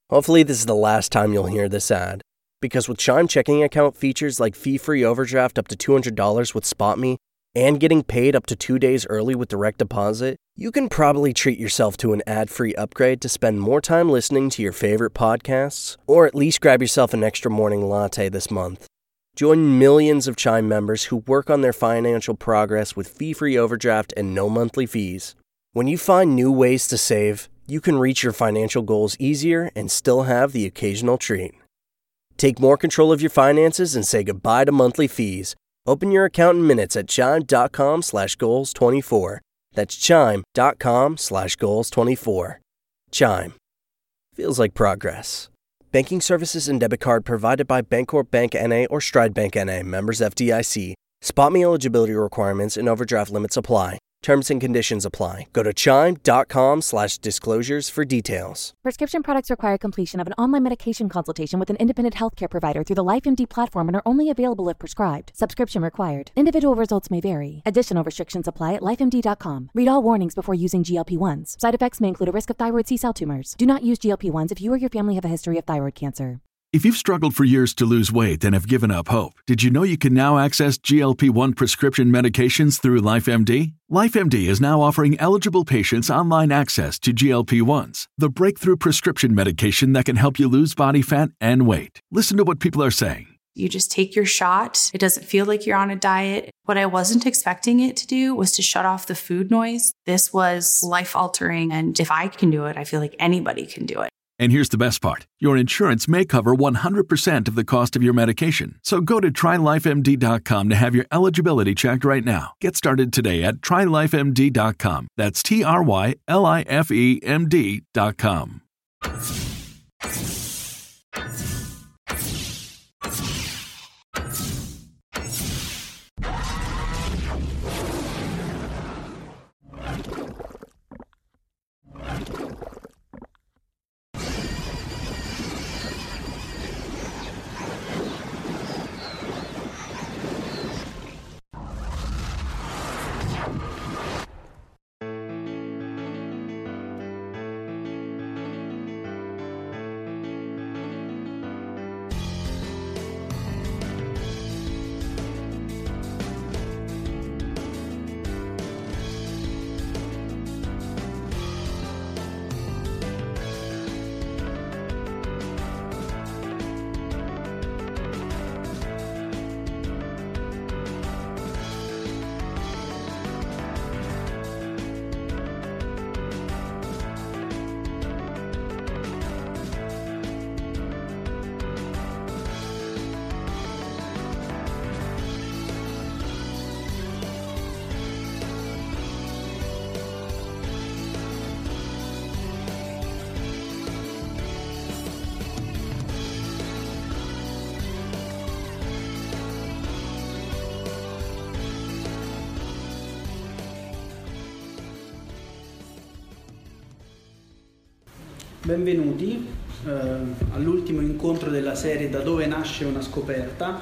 Hopefully this is the last time you'll hear this ad. Because with Chime checking account features like fee-free overdraft up to $200 with SpotMe and getting paid up to 2 days early with direct deposit, you can probably treat yourself to an ad-free upgrade to spend more time listening to your favorite podcasts, or at least grab yourself an extra morning latte this month. Join millions of Chime members who work on their financial progress with fee-free overdraft and no monthly fees. When you find new ways to save, you can reach your financial goals easier and still have the occasional treat. Take more control of your finances and say goodbye to monthly fees. Open your account in minutes at chime.com/goals24. That's chime.com/goals24. Chime. Feels like progress. Banking services and debit card provided by Bancorp Bank N.A. or Stride Bank N.A. Members FDIC. SpotMe eligibility requirements and overdraft limits apply. Terms and conditions apply. Go to chime.com/disclosures for details. Prescription products require completion of an online medication consultation with an independent healthcare provider through the LifeMD platform and are only available if prescribed. Subscription required. Individual results may vary. Additional restrictions apply at lifemd.com. Read all warnings before using GLP-1s. Side effects may include a risk of thyroid C-cell tumors. Do not use GLP-1s if you or your family have a history of thyroid cancer. If you've struggled for years to lose weight and have given up hope, did you know you can now access GLP-1 prescription medications through LifeMD? LifeMD is now offering eligible patients online access to GLP-1s, the breakthrough prescription medication that can help you lose body fat and weight. Listen to what people are saying. You just take your shot. It doesn't feel like you're on a diet. What I wasn't expecting it to do was to shut off the food noise. This was life-altering, and if I can do it, I feel like anybody can do it. And here's the best part. Your insurance may cover 100% of the cost of your medication. So go to TryLifeMD.com to have your eligibility checked right now. Get started today at TryLifeMD.com. That's TryLifeMD.com. Benvenuti all'ultimo incontro della serie Da dove nasce una scoperta,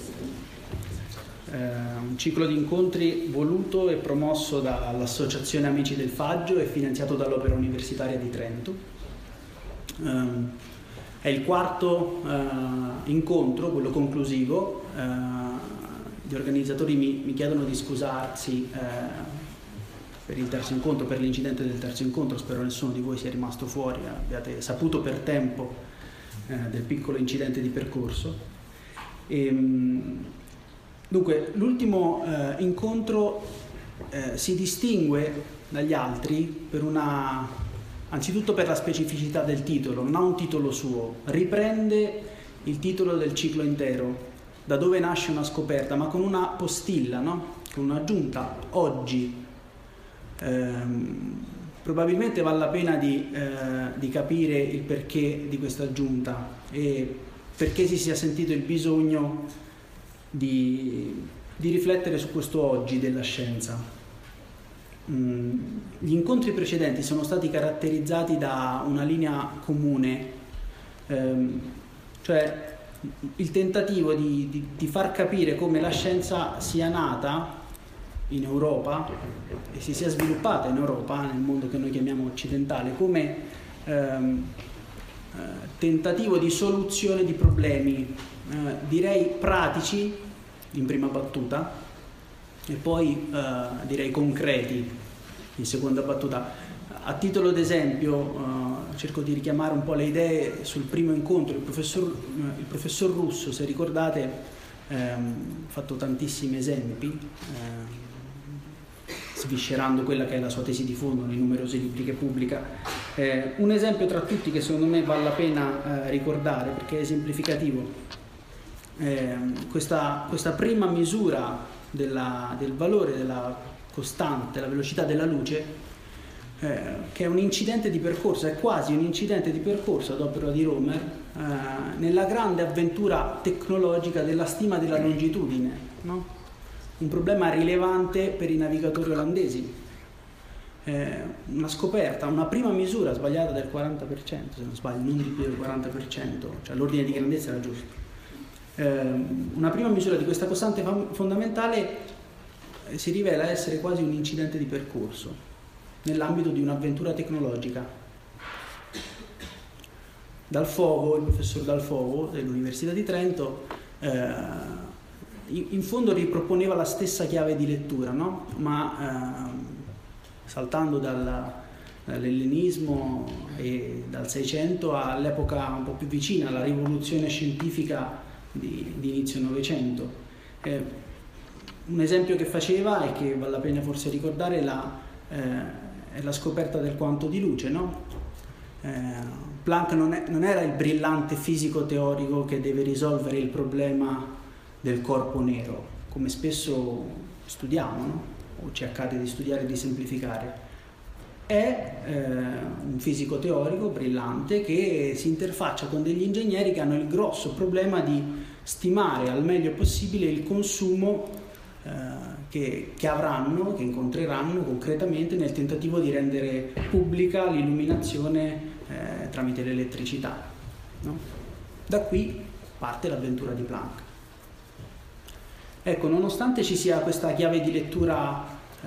un ciclo di incontri voluto e promosso dall'Associazione Amici del Faggio e finanziato dall'Opera Universitaria di Trento. È il quarto incontro, quello conclusivo. Gli organizzatori mi chiedono di scusarsi per il terzo incontro, per l'incidente del terzo incontro. Spero nessuno di voi sia rimasto fuori, abbiate saputo per tempo del piccolo incidente di percorso. Dunque, l'ultimo incontro si distingue dagli altri anzitutto per la specificità del titolo. Non ha un titolo suo, riprende il titolo del ciclo intero, Da dove nasce una scoperta, ma con una postilla, no? Con un'aggiunta, oggi. Probabilmente vale la pena di capire il perché di questa aggiunta e perché si sia sentito il bisogno di riflettere su questo oggi della scienza. Gli incontri precedenti sono stati caratterizzati da una linea comune, cioè il tentativo di far capire come la scienza sia nata in Europa e si sia sviluppata in Europa, nel mondo che noi chiamiamo occidentale, come tentativo di soluzione di problemi, direi pratici in prima battuta e poi direi concreti in seconda battuta. A titolo d'esempio cerco di richiamare un po' le idee sul primo incontro. Il professor Russo, se ricordate, ha fatto tantissimi esempi, sviscerando quella che è la sua tesi di fondo nei numerosi libri che pubblica. Un esempio tra tutti che secondo me vale la pena ricordare perché è esemplificativo, questa prima misura del valore della costante, della velocità della luce, che è un incidente di percorso, è quasi un incidente di percorso ad opera di Romer nella grande avventura tecnologica della stima della longitudine, no? Un problema rilevante per i navigatori olandesi, una scoperta, una prima misura sbagliata del 40%, se non sbaglio, non di più del 40%, cioè l'ordine di grandezza era giusto. Una prima misura di questa costante fondamentale si rivela essere quasi un incidente di percorso nell'ambito di un'avventura tecnologica. Il professor Dal Fogo dell'Università di Trento in fondo riproponeva la stessa chiave di lettura, no? Ma saltando dall'ellenismo e dal 600 all'epoca un po' più vicina, alla rivoluzione scientifica di inizio Novecento. Un esempio che faceva e che vale la pena forse ricordare è la scoperta del quanto di luce, no? Planck non era il brillante fisico teorico che deve risolvere il problema del corpo nero, come spesso studiamo, no? O ci accade di studiare e di semplificare. È un fisico teorico brillante che si interfaccia con degli ingegneri che hanno il grosso problema di stimare al meglio possibile il consumo che incontreranno concretamente nel tentativo di rendere pubblica l'illuminazione tramite l'elettricità, no? Da qui parte l'avventura di Planck. Ecco, nonostante ci sia questa chiave di lettura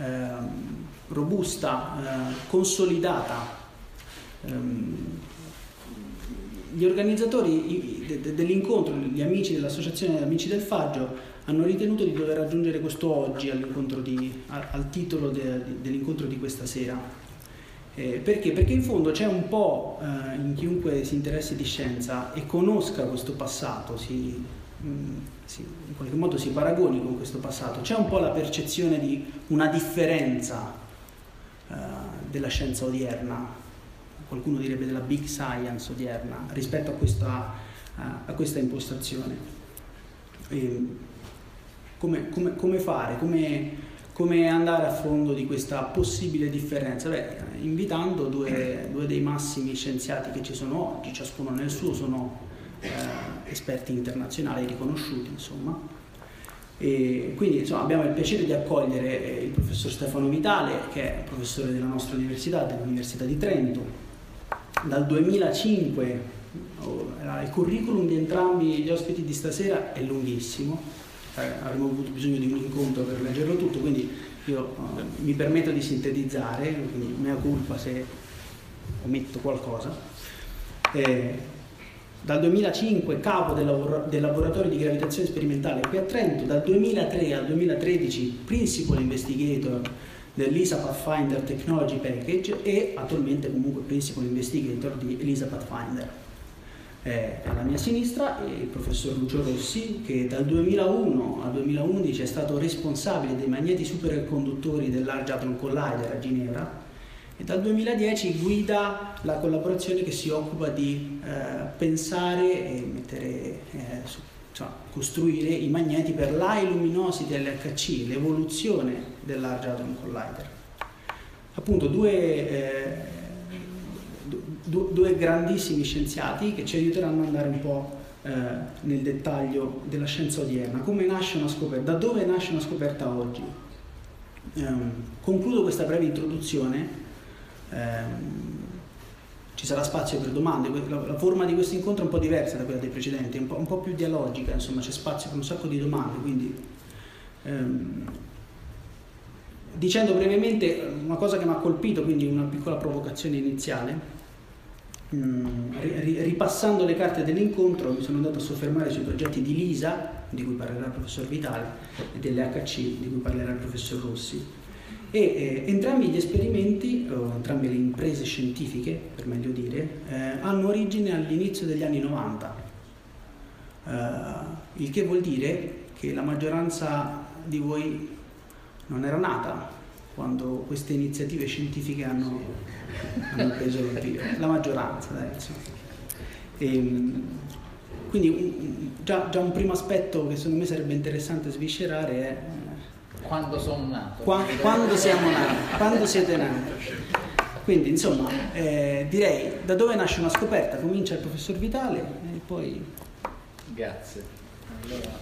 robusta, consolidata, gli organizzatori dell'incontro, gli amici dell'Associazione Amici del Faggio, hanno ritenuto di dover aggiungere questo oggi al titolo dell'incontro di questa sera. Perché? Perché in fondo c'è un po' in chiunque si interessi di scienza e conosca questo passato, in qualche modo si paragoni con questo passato, c'è un po' la percezione di una differenza della scienza odierna, qualcuno direbbe della big science odierna, rispetto a questa impostazione. Come fare? Come andare a fondo di questa possibile differenza? Invitando due dei massimi scienziati che ci sono oggi, ciascuno nel suo, sono esperti internazionali riconosciuti, insomma. E quindi abbiamo il piacere di accogliere il professor Stefano Vitale, che è professore della nostra università, dell'Università di Trento. Dal 2005 il curriculum di entrambi gli ospiti di stasera è lunghissimo, avremmo avuto bisogno di un incontro per leggerlo tutto, quindi io mi permetto di sintetizzare, quindi mea culpa se ometto qualcosa. Dal 2005 capo del laboratorio di gravitazione sperimentale qui a Trento, dal 2003 al 2013 principal investigator dell'ESA Pathfinder Technology Package e attualmente comunque principal investigator di ELISA Pathfinder. Alla mia sinistra il professor Lucio Rossi, che dal 2001 al 2011 è stato responsabile dei magneti superconduttori del Large Hadron Collider a Ginevra e dal 2010 guida la collaborazione che si occupa di pensare e costruire i magneti per l'High Luminosity LHC, l'evoluzione del Large Hadron Collider. Appunto due grandissimi scienziati che ci aiuteranno ad andare un po' nel dettaglio della scienza odierna. Come nasce una scoperta? Da dove nasce una scoperta oggi? Concludo questa breve introduzione. Ci sarà spazio per domande. La forma di questo incontro è un po' diversa da quella dei precedenti, un po' più dialogica, insomma c'è spazio per un sacco di domande, quindi dicendo brevemente una cosa che mi ha colpito, quindi una piccola provocazione iniziale. ripassando le carte dell'incontro, mi sono andato a soffermare sui progetti di LISA, di cui parlerà il professor Vitale, e dell'HC, di cui parlerà il professor Rossi. E entrambi gli esperimenti, o entrambe le imprese scientifiche, per meglio dire, hanno origine all'inizio degli anni 90, il che vuol dire che la maggioranza di voi non era nata quando queste iniziative scientifiche hanno preso il via, la maggioranza, dai, insomma. Quindi già un primo aspetto che secondo me sarebbe interessante sviscerare è quando sono nato, quando siamo nati, quando siete nati. Quindi insomma direi da dove nasce una scoperta comincia il professor Vitale e poi grazie. Allora,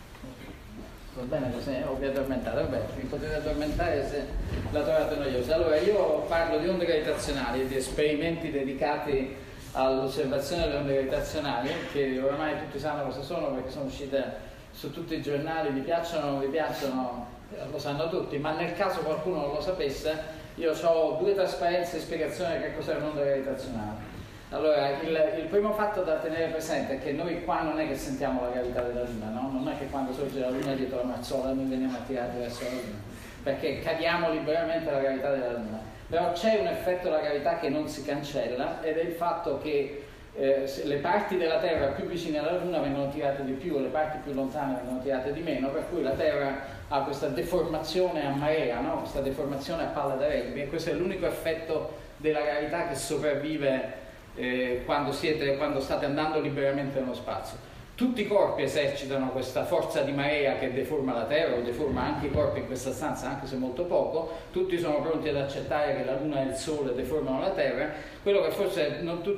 va bene così, o vi addormentate? Vabbè, vi potete addormentare se la trovate noiosa. Allora, io parlo di onde gravitazionali, di esperimenti dedicati all'osservazione delle onde gravitazionali, che oramai tutti sanno cosa sono perché sono uscite su tutti i giornali, vi piacciono o non vi piacciono, lo sanno tutti, ma nel caso qualcuno non lo sapesse, io ho 2 trasparenze di spiegazione di che cos'è un'onda gravitazionale. Allora, il primo fatto da tenere presente è che noi qua non è che sentiamo la gravità della Luna, no? Non è che quando sorge la Luna dietro la Mazzola noi veniamo attirati verso la Luna, perché cadiamo liberamente alla gravità della Luna. Però c'è un effetto della gravità che non si cancella ed è il fatto che le parti della Terra più vicine alla Luna vengono tirate di più e le parti più lontane vengono tirate di meno, per cui la Terra ha questa deformazione a marea, no? Questa deformazione a palla da rugby, e questo è l'unico effetto della gravità che sopravvive quando state andando liberamente nello spazio. Tutti i corpi esercitano questa forza di marea che deforma la Terra o deforma anche i corpi in questa stanza, anche se molto poco. Tutti sono pronti ad accettare che la Luna e il Sole deformano la Terra. Quello che forse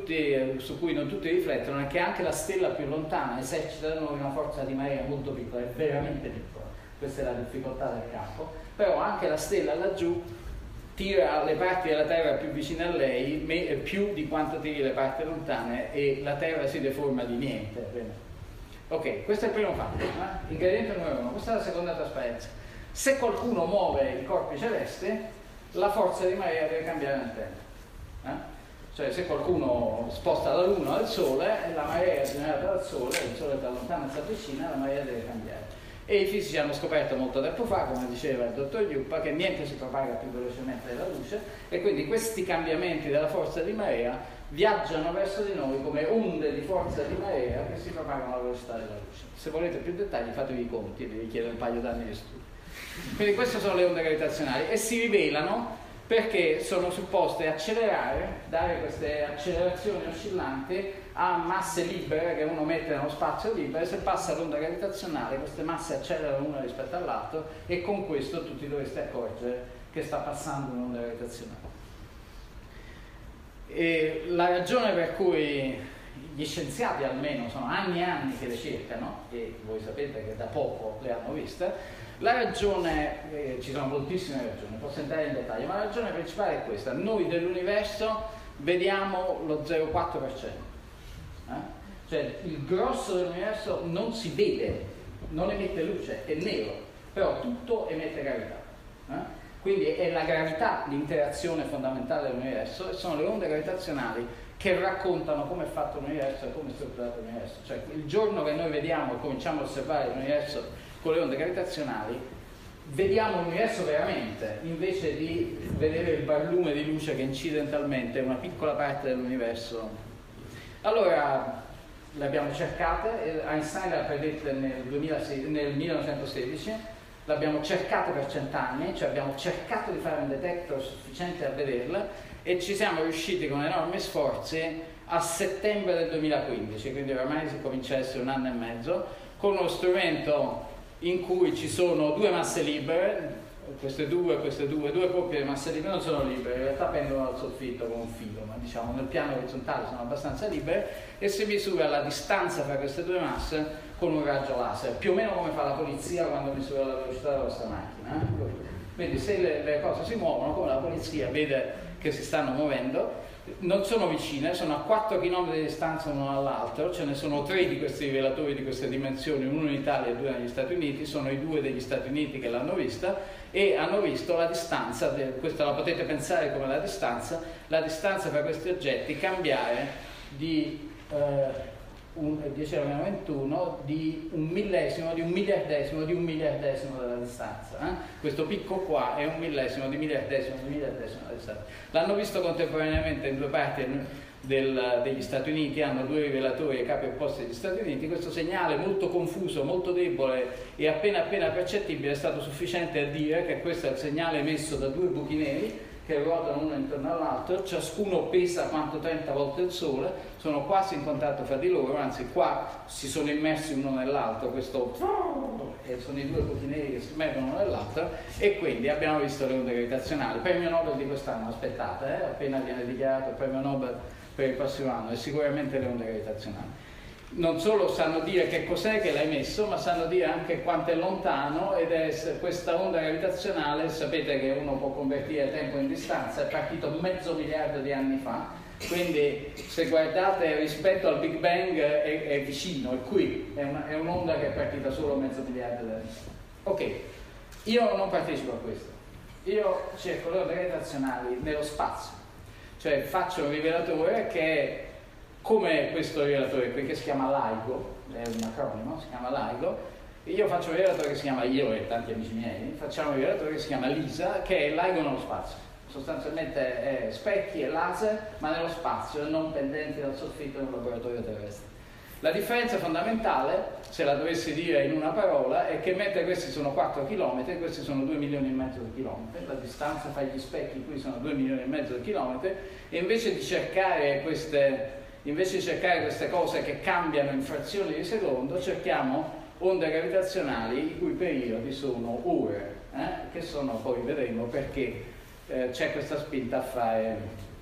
su cui non tutti riflettono è che anche la stella più lontana esercita da noi una forza di marea molto piccola, è veramente piccola. Questa è la difficoltà del campo. Però anche la stella laggiù tira le parti della Terra più vicine a lei più di quanto tiri le parti lontane e la Terra si deforma di niente. Bene. Ok, questo è il primo fatto, ingrediente numero 1. Questa è la seconda trasparenza. Se qualcuno muove i corpi celesti, la forza di marea deve cambiare nel tempo. Cioè se qualcuno sposta la Luna dal Sole, la marea generata dal Sole, il Sole da lontano si avvicina, la marea deve cambiare. E i fisici hanno scoperto molto tempo fa, come diceva il dottor Juppa, che niente si propaga più velocemente della luce e quindi questi cambiamenti della forza di marea viaggiano verso di noi come onde di forza di marea che si propagano alla velocità della luce. Se volete più dettagli fatevi i conti, vi richiede un paio d'anni di studio. Quindi queste sono le onde gravitazionali e si rivelano perché sono supposte accelerare, dare queste accelerazioni oscillanti a masse libere che uno mette nello spazio libero, e se passa l'onda gravitazionale queste masse accelerano una rispetto all'altro e con questo tutti dovreste accorgere che sta passando un'onda gravitazionale. E la ragione per cui gli scienziati almeno sono anni e anni che le cercano, e voi sapete che da poco le hanno viste, la ragione, ci sono moltissime ragioni, posso entrare in dettaglio, ma la ragione principale è questa: noi dell'universo vediamo lo 0,4%. Cioè il grosso dell'universo non si vede, non emette luce, è nero, però tutto emette gravità. Quindi è la gravità l'interazione fondamentale dell'universo e sono le onde gravitazionali che raccontano come è fatto l'universo e come è strutturato l'universo. Cioè il giorno che noi vediamo e cominciamo a osservare l'universo con le onde gravitazionali, vediamo l'universo veramente, invece di vedere il barlume di luce che incidentalmente è una piccola parte dell'universo. Allora, le abbiamo cercate, Einstein le ha predette nel 1916, le abbiamo cercate per 100 anni, cioè abbiamo cercato di fare un detector sufficiente a vederle e ci siamo riusciti con enormi sforzi a settembre del 2015, quindi ormai si comincia a essere 1 anno e mezzo, con uno strumento in cui ci sono 2 masse libere, queste due coppie di masse libere non sono libere, in realtà pendono dal soffitto con un filo, ma diciamo nel piano orizzontale sono abbastanza libere, e si misura la distanza tra queste 2 masse con un raggio laser, più o meno come fa la polizia quando misura la velocità della vostra macchina. Quindi se le cose si muovono, come la polizia vede che si stanno muovendo, non sono vicine, sono a 4 km di distanza l'uno dall'altro, ce ne sono 3 di questi rivelatori di queste dimensioni, uno in Italia e 2 negli Stati Uniti, sono i 2 degli Stati Uniti che l'hanno vista e hanno visto la distanza, questa la potete pensare come la distanza tra questi oggetti cambiare di 10⁻21 di un millesimo, di un miliardesimo della distanza. Questo picco qua è un millesimo di miliardesimo della distanza. L'hanno visto contemporaneamente in 2 parti degli Stati Uniti, hanno 2 rivelatori ai capi opposti degli Stati Uniti. Questo segnale molto confuso, molto debole e appena percettibile è stato sufficiente a dire che questo è il segnale emesso da 2 buchi neri che ruotano uno intorno all'altro, ciascuno pesa quanto 30 volte il Sole, sono quasi in contatto fra di loro, anzi qua si sono immersi uno nell'altro, questo e sono i 2 buchi neri che si immergono uno nell'altro, e quindi abbiamo visto le onde gravitazionali. Premio Nobel di quest'anno, aspettate, appena viene dichiarato il premio Nobel per il prossimo anno, e sicuramente le onde gravitazionali. Non solo sanno dire che cos'è che l'ha emesso, ma sanno dire anche quanto è lontano, ed è questa onda gravitazionale, sapete che uno può convertire tempo in distanza, è partito 500 miliardi di anni fa, quindi se guardate rispetto al Big Bang è vicino, è qui, è un'onda che è partita solo 500 miliardi di anni fa. Ok, io non partecipo a questo, io cerco le onde gravitazionali nello spazio, cioè faccio un rivelatore che è come questo rivelatore qui che si chiama LIGO, è un acronimo, si chiama LIGO. Io faccio un rivelatore che si chiama, io e tanti amici miei, facciamo un rivelatore che si chiama LISA, che è LIGO nello spazio. Sostanzialmente è specchi e laser, ma nello spazio, non pendenti dal soffitto in un laboratorio terrestre. La differenza fondamentale, se la dovessi dire in una parola, è che mentre questi sono 4 km, questi sono 2 milioni e mezzo di chilometri, la distanza fra gli specchi qui sono 2 milioni e mezzo di chilometri, e invece di cercare queste cose che cambiano in frazioni di secondo, cerchiamo onde gravitazionali i cui periodi sono ore, che sono, poi vedremo perché c'è questa spinta a fare.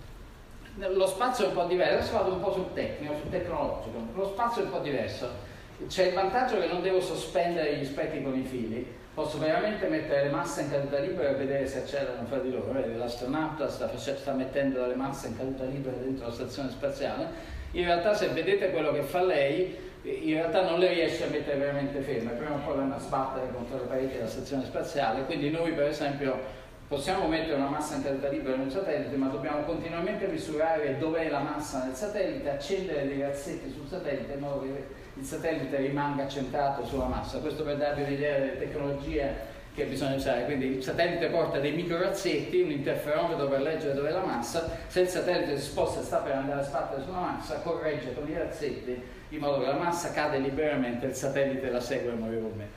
Lo spazio è un po' diverso, adesso vado un po' sul tecnico, sul tecnologico. Lo spazio è un po' diverso, c'è il vantaggio che non devo sospendere gli specchi con i fili, posso veramente mettere le masse in caduta libera e vedere se accelerano fra di loro. L'astronauta sta mettendo delle masse in caduta libera dentro la stazione spaziale. In realtà, se vedete quello che fa lei, in realtà non le riesce a mettere veramente ferme, prima o poi vanno a sbattere contro le pareti della stazione spaziale. Quindi noi, per esempio, possiamo mettere una massa in caduta libera in un satellite, ma dobbiamo continuamente misurare dov'è la massa nel satellite, accendere dei razzetti sul satellite in modo che il satellite rimanga centrato sulla massa. Questo per darvi un'idea delle tecnologie che bisogna usare. Quindi il satellite porta dei microrazzetti, un interferometro per leggere dove è la massa. Se il satellite si sposta e sta per andare a sbattere sulla massa, corregge con i razzetti in modo che la massa cade liberamente e il satellite la segue amorevolmente.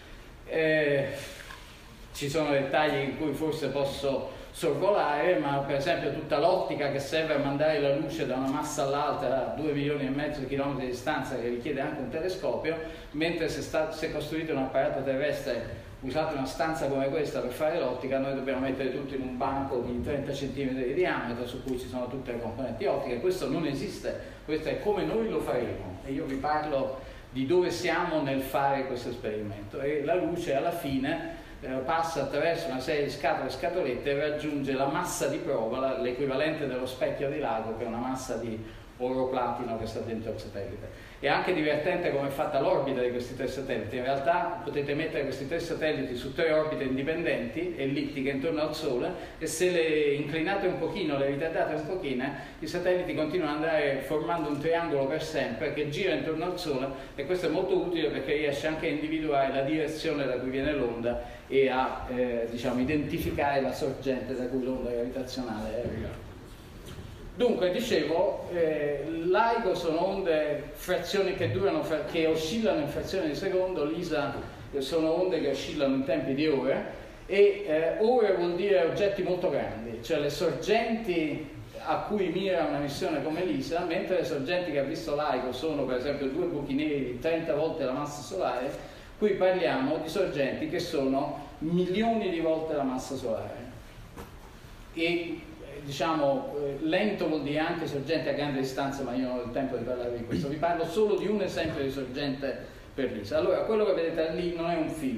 Ci sono dettagli in cui forse posso sorvolare, ma per esempio tutta l'ottica che serve a mandare la luce da una massa all'altra a 2 milioni e mezzo di chilometri di distanza, che richiede anche un telescopio, mentre se costruite un apparato terrestre, usate una stanza come questa per fare l'ottica, noi dobbiamo mettere tutto in un banco di 30 cm di diametro su cui ci sono tutte le componenti ottiche. Questo non esiste, questo è come noi lo faremo, e io vi parlo di dove siamo nel fare questo esperimento. E la luce alla fine passa attraverso una serie di scatole e scatolette e raggiunge la massa di prova, l'equivalente dello specchio di lago, che è una massa di oro platino che sta dentro il satellite. È anche divertente come è fatta l'orbita di questi 3 satelliti. In realtà potete mettere questi 3 satelliti su 3 orbite indipendenti, ellittiche intorno al Sole, e se le inclinate un pochino, le ritardate un pochino, i satelliti continuano ad andare formando un triangolo per sempre che gira intorno al Sole, e questo è molto utile perché riesce anche a individuare la direzione da cui viene l'onda e a identificare la sorgente da cui l'onda gravitazionale è arrivata. Dunque, dicevo, LIGO sono onde, frazioni che oscillano in frazioni di secondo, LISA sono onde che oscillano in tempi di ore, e ore vuol dire oggetti molto grandi, cioè le sorgenti a cui mira una missione come LISA, mentre le sorgenti che ha visto LIGO sono per esempio 2 buchi neri di 30 volte la massa solare, qui parliamo di sorgenti che sono milioni di volte la massa solare. E lento vuol dire anche sorgente a grande distanza, ma io non ho il tempo di parlare di questo, vi parlo solo di un esempio di sorgente per LISA. Allora, quello che vedete lì non è un film,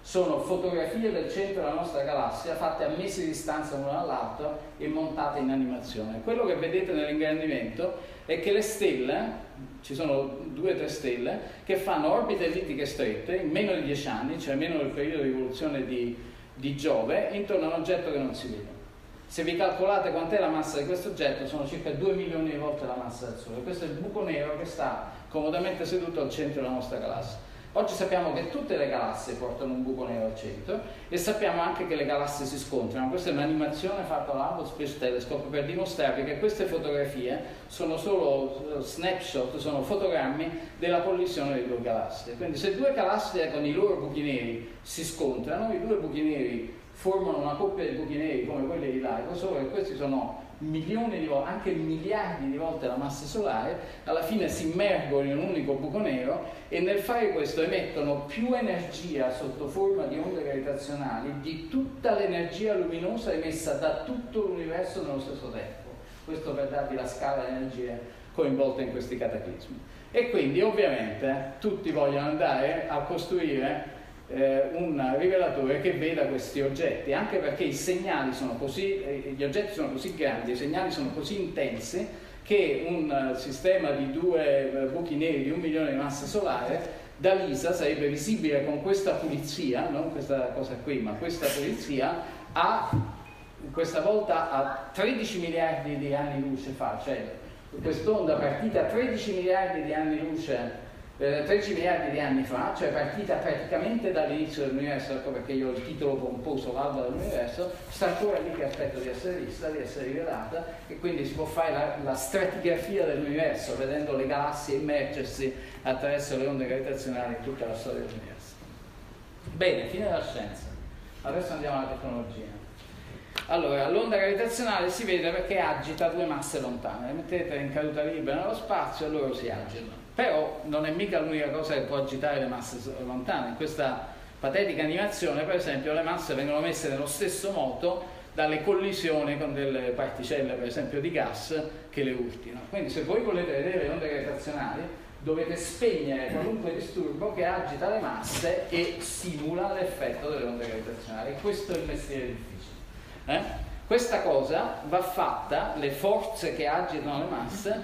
sono fotografie del centro della nostra galassia fatte a mesi di distanza l'una dall'altra e montate in animazione. Quello che vedete nell'ingrandimento è che le stelle, ci sono 2 o 3 stelle, che fanno orbite ellittiche strette in meno di 10 anni, cioè meno del periodo di evoluzione di Giove, intorno a un oggetto che non si vede. Se vi calcolate quant'è la massa di questo oggetto, sono circa 2 milioni di volte la massa del Sole. Questo è il buco nero che sta comodamente seduto al centro della nostra galassia. Oggi sappiamo che tutte le galassie portano un buco nero al centro e sappiamo anche che le galassie si scontrano. Questa è un'animazione fatta dalla Hubble Space Telescope per dimostrarvi che queste fotografie sono solo snapshot, sono fotogrammi della collisione di 2 galassie. Quindi se 2 galassie con i loro buchi neri si scontrano, i 2 buchi neri formano una coppia di buchi neri come quelli di LIGO, solo che questi sono milioni di volte, anche miliardi di volte la massa solare, alla fine si immergono in un unico buco nero e nel fare questo emettono più energia sotto forma di onde gravitazionali di tutta l'energia luminosa emessa da tutto l'universo nello stesso tempo. Questo per darvi la scala di energie coinvolte in questi cataclismi. E quindi ovviamente tutti vogliono andare a costruire un rivelatore che veda questi oggetti, anche perché i segnali sono così, gli oggetti sono così grandi, i segnali sono così intensi che un sistema di 2 buchi neri di 1 milione di massa solare da LISA sarebbe visibile con questa pulizia, non questa cosa qui, ma questa pulizia questa volta a 13 miliardi di anni luce fa, cioè quest'onda partita a 13 miliardi di anni luce 13 miliardi di anni fa, cioè partita praticamente dall'inizio dell'universo, ecco perché io ho il titolo pomposo l'alba dell'universo, sta ancora lì che aspetta di essere vista, di essere rivelata, e quindi si può fare la stratigrafia dell'universo vedendo le galassie immergersi attraverso le onde gravitazionali in tutta la storia dell'universo. Bene, fine della scienza. Adesso andiamo alla tecnologia. Allora, l'onda gravitazionale si vede perché agita 2 masse lontane, le mettete in caduta libera nello spazio e loro si agitano. Però non è mica l'unica cosa che può agitare le masse lontane. In questa patetica animazione, per esempio, le masse vengono messe nello stesso modo dalle collisioni con delle particelle, per esempio di gas, che le urtino. Quindi se voi volete vedere le onde gravitazionali, dovete spegnere qualunque disturbo che agita le masse e simula l'effetto delle onde gravitazionali. Questo è il mestiere difficile. Questa cosa va fatta, le forze che agitano le masse,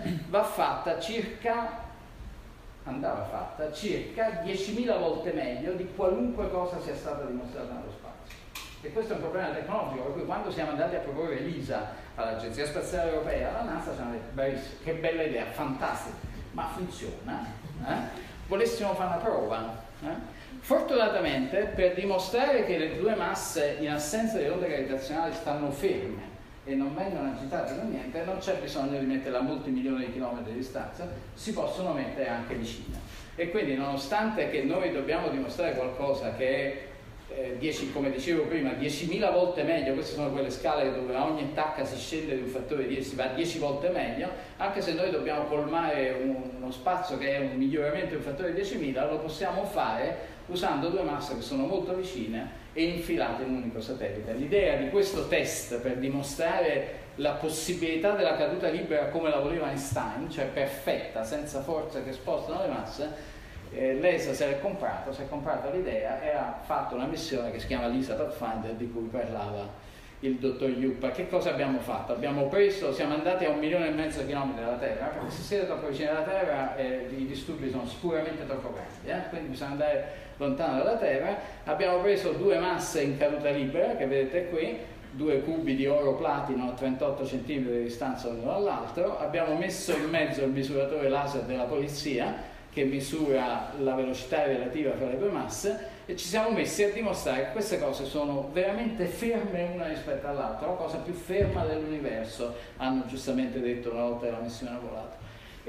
andava fatta circa 10.000 volte meglio di qualunque cosa sia stata dimostrata nello spazio. E questo è un problema tecnologico, per cui quando siamo andati a proporre l'ISA all'Agenzia Spaziale Europea, alla NASA ci hanno detto: bravissimo, che bella idea, fantastica, ma funziona? Volessimo fare una prova? Fortunatamente, per dimostrare che le 2 masse in assenza di onde gravitazionali stanno ferme e non vengono agitate da niente, non c'è bisogno di metterle a molti milioni di chilometri di distanza, si possono mettere anche vicine. E quindi, nonostante che noi dobbiamo dimostrare qualcosa che è, come dicevo prima, 10.000 volte meglio, queste sono quelle scale dove a ogni tacca si scende di un fattore 10, si va 10 volte meglio, anche se noi dobbiamo colmare uno spazio che è un miglioramento di un fattore 10.000, lo possiamo fare usando 2 masse che sono molto vicine e infilate in un unico satellite. L'idea di questo test per dimostrare la possibilità della caduta libera come la voleva Einstein, cioè perfetta, senza forze che spostano le masse, l'ESA si è comprata l'idea e ha fatto una missione che si chiama l'ISA Pathfinder, di cui parlava il dottor Yupp. Che cosa abbiamo fatto? Siamo andati a 1,5 milioni di chilometri dalla Terra, perché se siete troppo vicini alla Terra i disturbi sono sicuramente troppo grandi, quindi bisogna andare lontano dalla Terra. Abbiamo preso 2 masse in caduta libera, che vedete qui, 2 cubi di oro platino a 38 cm di distanza l'uno dall'altro, abbiamo messo in mezzo il misuratore laser della polizia, che misura la velocità relativa fra le 2 masse, e ci siamo messi a dimostrare che queste cose sono veramente ferme una rispetto all'altra, la cosa più ferma dell'universo, hanno giustamente detto una volta che la missione ha volato.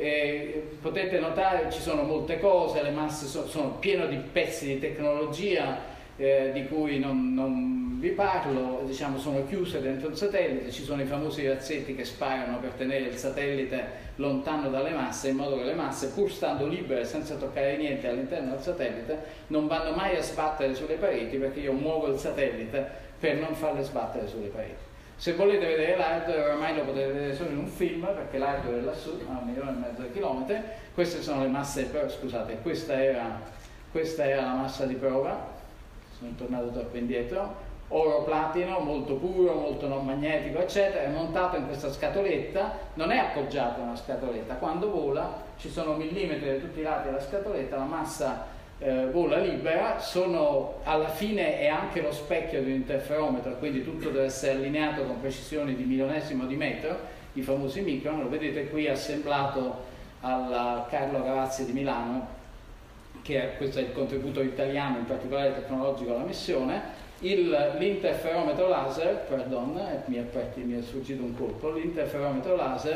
Potete notare che ci sono molte cose, le masse sono piene di pezzi di tecnologia di cui non vi parlo, diciamo, sono chiuse dentro il satellite, ci sono i famosi razzetti che sparano per tenere il satellite lontano dalle masse, in modo che le masse, pur stando libere senza toccare niente all'interno del satellite, non vanno mai a sbattere sulle pareti, perché io muovo il satellite per non farle sbattere sulle pareti. Se volete vedere l'hardware, oramai lo potete vedere solo in un film, perché l'hardware è lassù, a 1,5 milioni di chilometri. Queste sono le masse, scusate, questa era la massa di prova. sono tornato troppo indietro, oro platino, molto puro, molto non magnetico, eccetera, è montato in questa scatoletta, non è appoggiato a una scatoletta, quando vola ci sono millimetri da tutti i lati della scatoletta, la massa vola libera, alla fine è anche lo specchio di un interferometro, quindi tutto deve essere allineato con precisioni di milionesimo di metro, i famosi micron, lo vedete qui assemblato al Carlo Gavazzi di Milano, questo è il contributo italiano, in particolare tecnologico, alla missione. L'interferometro laser, mi è sfuggito un colpo, l'interferometro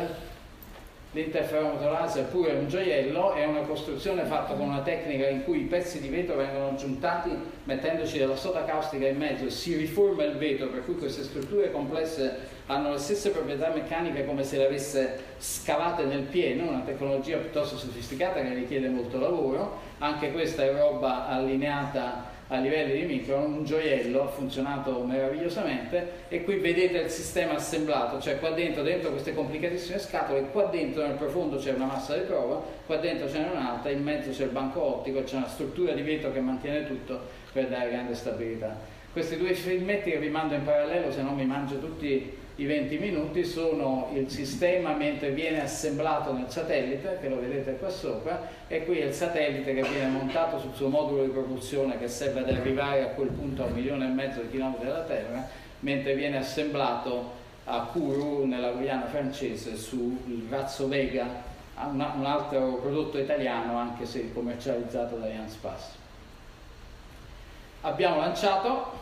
laser pure è un gioiello, è una costruzione fatta con una tecnica in cui i pezzi di vetro vengono aggiuntati mettendoci della soda caustica in mezzo e si riforma il vetro, per cui queste strutture complesse hanno le stesse proprietà meccaniche come se le avesse scavate nel pieno, una tecnologia piuttosto sofisticata che richiede molto lavoro. Anche questa è roba allineata a livelli di micron, un gioiello, ha funzionato meravigliosamente, e qui vedete il sistema assemblato, cioè qua dentro queste complicatissime scatole, qua dentro nel profondo c'è una massa di prova, qua dentro c'è un'altra, in mezzo c'è il banco ottico, c'è una struttura di vetro che mantiene tutto per dare grande stabilità. Questi due filmetti che vi mando in parallelo, se non mi mangio tutti i 20 minuti, sono il sistema mentre viene assemblato nel satellite, che lo vedete qua sopra, e qui è il satellite che viene montato sul suo modulo di propulsione che serve ad arrivare a quel punto a 1,5 milioni di chilometri dalla Terra, mentre viene assemblato a Kourou nella Guyana francese sul razzo Vega, un altro prodotto italiano anche se commercializzato da Arianespace. Abbiamo lanciato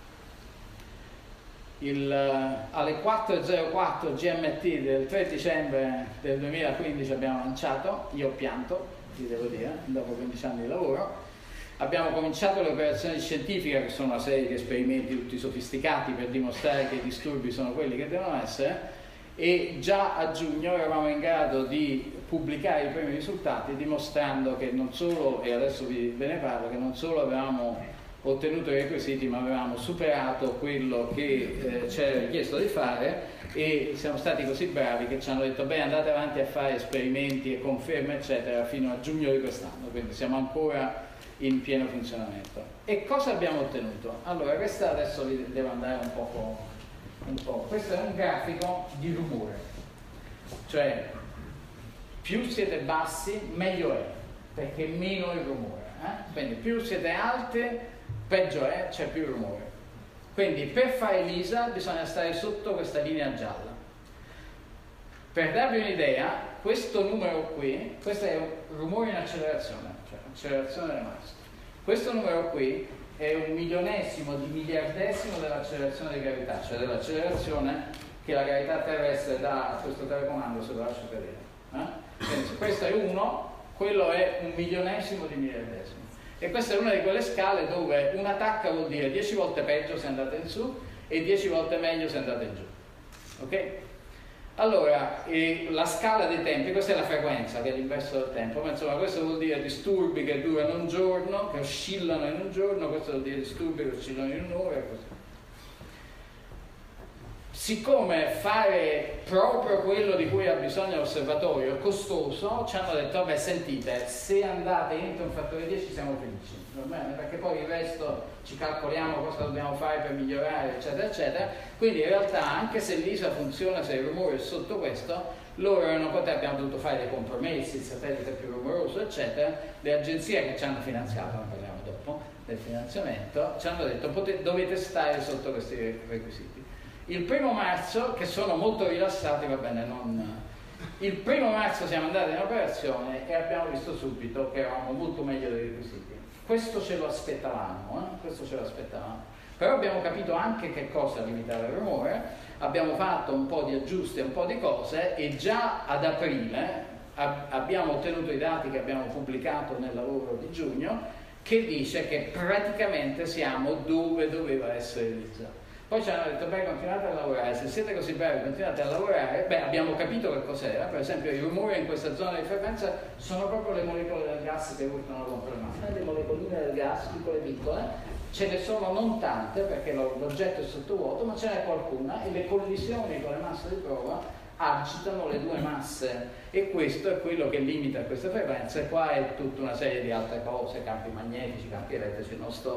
alle 4:04 GMT del 3 dicembre del 2015 abbiamo lanciato, io ho pianto, vi devo dire, dopo 15 anni di lavoro. Abbiamo cominciato le operazioni scientifiche, che sono una serie di esperimenti tutti sofisticati per dimostrare che i disturbi sono quelli che devono essere, e già a giugno eravamo in grado di pubblicare i primi risultati dimostrando che non solo, e adesso ve ne parlo, che non solo avevamo ottenuto i requisiti, ma avevamo superato quello che ci era richiesto di fare, e siamo stati così bravi che ci hanno detto beh, andate avanti a fare esperimenti e conferme eccetera fino a giugno di quest'anno, quindi siamo ancora in pieno funzionamento. E cosa abbiamo ottenuto? Allora, questa adesso vi devo andare un po'. Questo è un grafico di rumore, cioè più siete bassi meglio è, perché meno il rumore, quindi più siete alte peggio è, c'è più rumore. Quindi per fare l'ISA bisogna stare sotto questa linea gialla. Per darvi un'idea, questo numero qui, questo è un rumore in accelerazione, cioè accelerazione delle masse. Questo numero qui è 1/1000 di miliardesimo dell'accelerazione di gravità, cioè dell'accelerazione che la gravità terrestre dà a questo telecomando se lo lascio cadere. Quindi se questo è 1, quello è 1/1000 di miliardesimo. E questa è una di quelle scale dove una tacca vuol dire 10 volte peggio se andate in su e 10 volte meglio se andate in giù. Ok? Allora, la scala dei tempi, questa è la frequenza che è l'inverso del tempo, ma insomma questo vuol dire disturbi che durano un giorno, che oscillano in un giorno, questo vuol dire disturbi che oscillano in un'ora e così. Siccome fare proprio quello di cui ha bisogno l'osservatorio è costoso, ci hanno detto vabbè sentite, se andate entro un fattore 10 siamo felici, va bene? Perché poi il resto ci calcoliamo cosa dobbiamo fare per migliorare eccetera eccetera. Quindi in realtà anche se l'ISA funziona, se il rumore è sotto questo, loro erano contenti, abbiamo dovuto fare dei compromessi, il satellite è più rumoroso eccetera. Le agenzie che ci hanno finanziato, ne parliamo dopo del finanziamento, ci hanno detto dovete stare sotto questi requisiti. Il 1 marzo, che sono molto rilassati, va bene, il 1 marzo siamo andati in operazione e abbiamo visto subito che eravamo molto meglio dei requisiti. Questo ce lo aspettavamo, però abbiamo capito anche che cosa limitava il rumore, abbiamo fatto un po' di aggiusti, un po' di cose, e già ad aprile abbiamo ottenuto i dati che abbiamo pubblicato nel lavoro di giugno, che dice che praticamente siamo dove doveva essere l'ISA. Poi ci hanno detto, beh, continuate a lavorare, se siete così bravi continuate a lavorare. Beh, abbiamo capito che cos'era, per esempio il rumore in questa zona di frequenza sono proprio le molecole del gas che urtano contro il mare, le molecoline del gas, piccole, ce ne sono non tante perché l'oggetto è sottovuoto, ma ce n'è qualcuna e le collisioni con le masse di prova agitano le due masse, e questo è quello che limita queste frequenze. Qua è tutta una serie di altre cose, campi magnetici, campi elettrici, non sto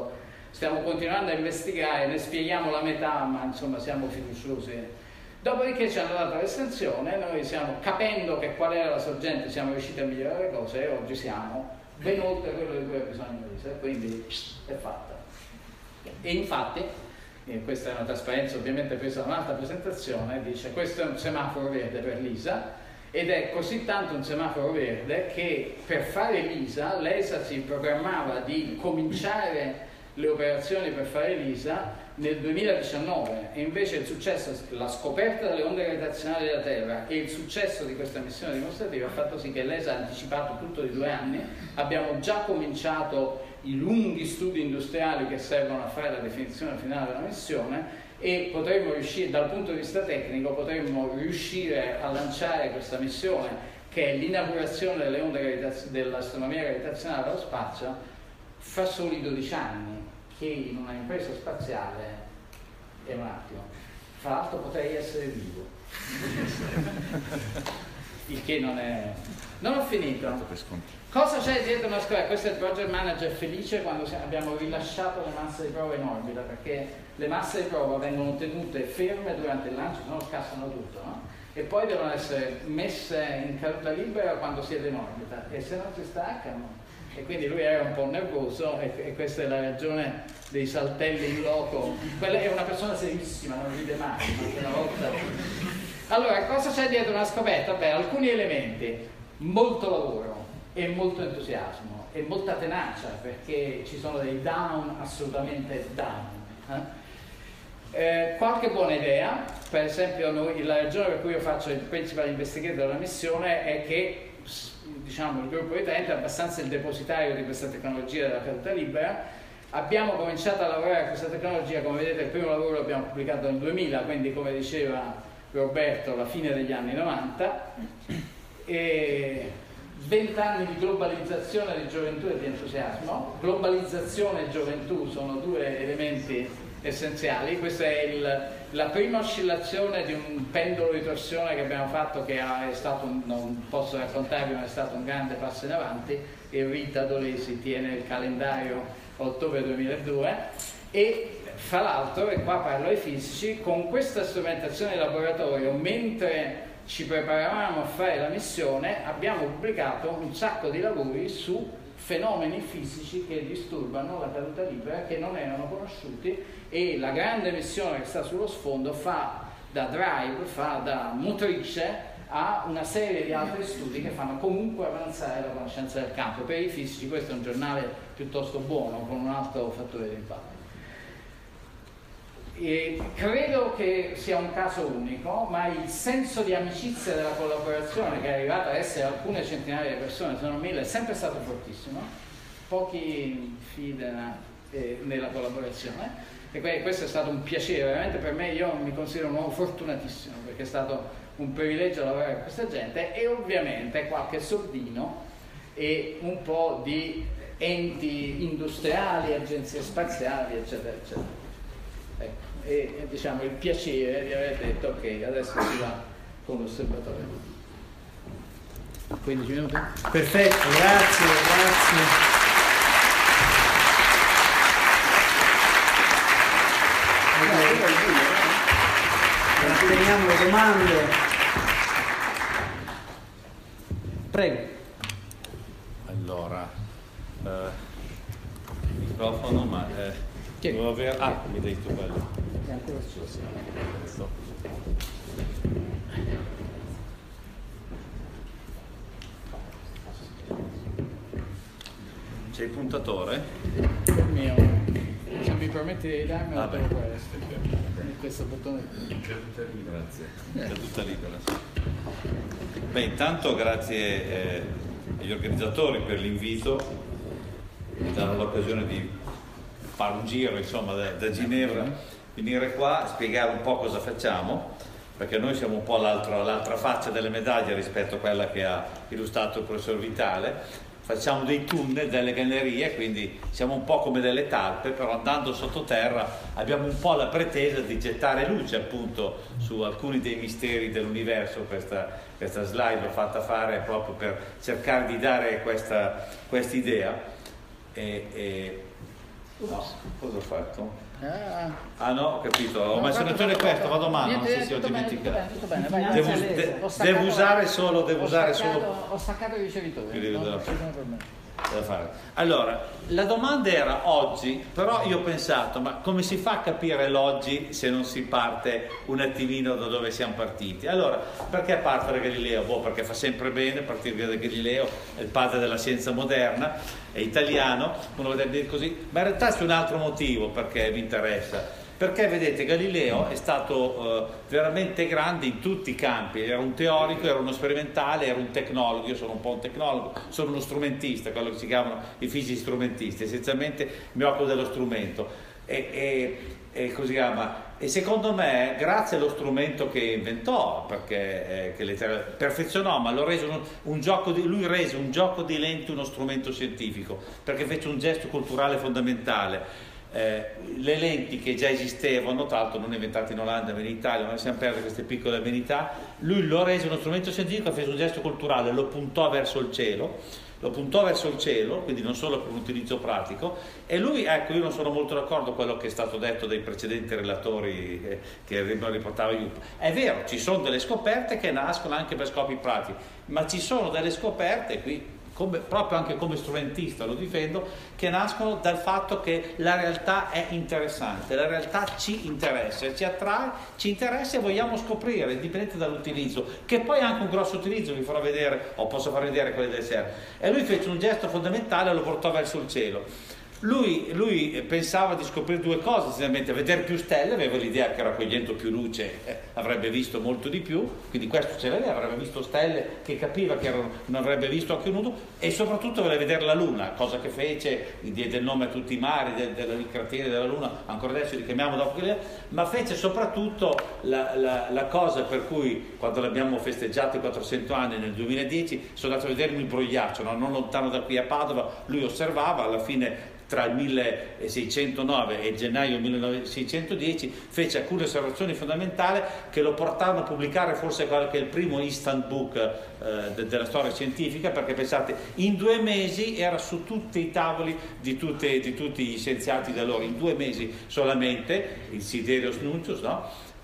stiamo continuando a investigare, ne spieghiamo la metà, ma insomma siamo fiduciosi. Dopodiché ci hanno dato l'estensione, noi capendo che qual era la sorgente, siamo riusciti a migliorare le cose e oggi siamo ben oltre quello di cui ha bisogno Lisa, quindi è fatta. E infatti, questa è una trasparenza ovviamente presa da un'altra presentazione, dice questo è un semaforo verde per Lisa, ed è così tanto un semaforo verde che per fare l'ESA si programmava di cominciare le operazioni per fare l'ESA nel 2019 e invece il successo, la scoperta delle onde gravitazionali della Terra e il successo di questa missione dimostrativa ha fatto sì che l'ESA ha anticipato tutto di 2 anni. Abbiamo già cominciato i lunghi studi industriali che servono a fare la definizione finale della missione e potremmo riuscire, dal punto di vista tecnico, potremmo riuscire a lanciare questa missione che è l'inaugurazione delle onde dell'astronomia gravitazionale dallo spazio fra soli 12 anni, che in una impresa spaziale è un attimo. Fra l'altro potrei essere vivo. Il che non è... Non ho finito. Cosa c'è dietro una scoperta? Questo è il project manager felice quando abbiamo rilasciato le masse di prova in orbita, perché le masse di prova vengono tenute ferme durante il lancio, se no scassano tutto, no? E poi devono essere messe in caduta libera quando siete in orbita, e se non si staccano. E quindi lui era un po' nervoso e questa è la ragione dei saltelli in loco. Quella è una persona serissima, non ride mai, una volta. Allora, cosa c'è dietro una scoperta? Beh, alcuni elementi: molto lavoro e molto entusiasmo e molta tenacia, perché ci sono dei down assolutamente down. Qualche buona idea, per esempio la ragione per cui io faccio il principal investigator della missione è che il gruppo di utenti è abbastanza il depositario di questa tecnologia della caduta libera. Abbiamo cominciato a lavorare a questa tecnologia, come vedete il primo lavoro l'abbiamo pubblicato nel 2000, quindi come diceva Roberto alla fine degli anni 90, e 20 anni di globalizzazione di gioventù e di entusiasmo. Globalizzazione e gioventù sono 2 elementi essenziali. Questa è la prima oscillazione di un pendolo di torsione che abbiamo fatto, che è stato non posso raccontarvi, ma è stato un grande passo in avanti, e Rita Dolesi tiene il calendario ottobre 2002. E fra l'altro, e qua parlo ai fisici, con questa strumentazione di laboratorio, mentre ci preparavamo a fare la missione, abbiamo pubblicato un sacco di lavori su fenomeni fisici che disturbano la caduta libera, che non erano conosciuti, e la grande missione che sta sullo sfondo fa da drive, fa da motrice a una serie di altri studi che fanno comunque avanzare la conoscenza del campo. Per i fisici questo è un giornale piuttosto buono, con un alto fattore di impatto. E credo che sia un caso unico, ma il senso di amicizia della collaborazione, che è arrivata ad essere alcune centinaia di persone, se non 1000, è sempre stato fortissimo. Pochi fidano nella collaborazione, e questo è stato un piacere veramente per me. Io mi considero un uomo fortunatissimo, perché è stato un privilegio lavorare con questa gente, e ovviamente qualche soldino e un po' di enti industriali, agenzie spaziali, eccetera eccetera. Ecco. E diciamo il piacere di aver detto ok, adesso si va con l'osservatorio. 15 minuti? Perfetto, grazie. Teniamo le domande. Prego. Allora, microfono, ma devo avere... mi dai tu quello. C'è il puntatore? Il mio, se mi permetti di darmi la questo bottone. Grazie, è tutta libera. Beh, intanto grazie agli organizzatori per l'invito, mi danno l'occasione di fare un giro, insomma, da Ginevra, venire qua a spiegare un po' cosa facciamo, perché noi siamo un po' l'altra faccia delle medaglie rispetto a quella che ha illustrato il professor Vitale. Facciamo dei tunnel, delle gallerie, quindi siamo un po' come delle talpe, però andando sottoterra abbiamo un po' la pretesa di gettare luce appunto su alcuni dei misteri dell'universo. Questa slide l'ho fatta fare proprio per cercare di dare questa idea. No, cosa ho fatto? Ah no, ho capito, ho messo lettore questo, vado a mano, non so se ho dimenticato. Tutto bene, vai. Devo usare solo Ho staccato il ricevitore. Da fare. Allora, la domanda era oggi, però io ho pensato, ma come si fa a capire l'oggi se non si parte un attimino da dove siamo partiti? Allora, perché parte da Galileo? Perché fa sempre bene partire da Galileo, è il padre della scienza moderna, è italiano, uno potrebbe dire così, ma in realtà c'è un altro motivo perché mi interessa. Perché vedete, Galileo è stato veramente grande in tutti i campi, era un teorico, era uno sperimentale, era un tecnologo. Io sono un po' un tecnologo, sono uno strumentista, quello che si chiamano i fisici strumentisti, essenzialmente mi occupo dello strumento e così chiama. E secondo me, grazie allo strumento che inventò, perché che perfezionò, ma lo rese lui rese un gioco di lenti uno strumento scientifico, perché fece un gesto culturale fondamentale. Le lenti che già esistevano, tra l'altro non inventate in Olanda ma in Italia, non siamo persi queste piccole amenità, lui lo rese uno strumento scientifico, fece un gesto culturale, lo puntò verso il cielo, quindi non solo per un utilizzo pratico. E lui, ecco, io non sono molto d'accordo con quello che è stato detto dai precedenti relatori che riportava io. È vero, ci sono delle scoperte che nascono anche per scopi pratici, ma ci sono delle scoperte qui, proprio anche come strumentista lo difendo, che nascono dal fatto che la realtà è interessante, la realtà ci interessa, ci attrae, ci interessa e vogliamo scoprire, indipendente dall'utilizzo, che poi ha anche un grosso utilizzo, vi farò vedere, o posso far vedere quelli del SER. E lui fece un gesto fondamentale, lo portò verso il cielo. Lui pensava di scoprire due cose, essenzialmente: vedere più stelle, aveva l'idea che raccogliendo più luce avrebbe visto molto di più, quindi questo ce l'aveva, avrebbe visto stelle che capiva che non avrebbe visto occhio nudo, e soprattutto voleva vedere la Luna, cosa che fece, diede il nome a tutti i mari, dei crateri della Luna, ancora adesso li chiamiamo dopo, ma fece soprattutto la cosa per cui, quando l'abbiamo festeggiato i 400 anni nel 2010, sono andato a vedermi il Brogliaccio, non lontano da qui a Padova. Lui osservava, alla fine tra il 1609 e il gennaio 1610 fece alcune osservazioni fondamentali che lo portarono a pubblicare forse quello che è il primo instant book della storia scientifica, perché pensate, in 2 mesi era su tutti i tavoli di tutti gli scienziati da allora, in 2 mesi solamente, il Sidereus Nuncius, no?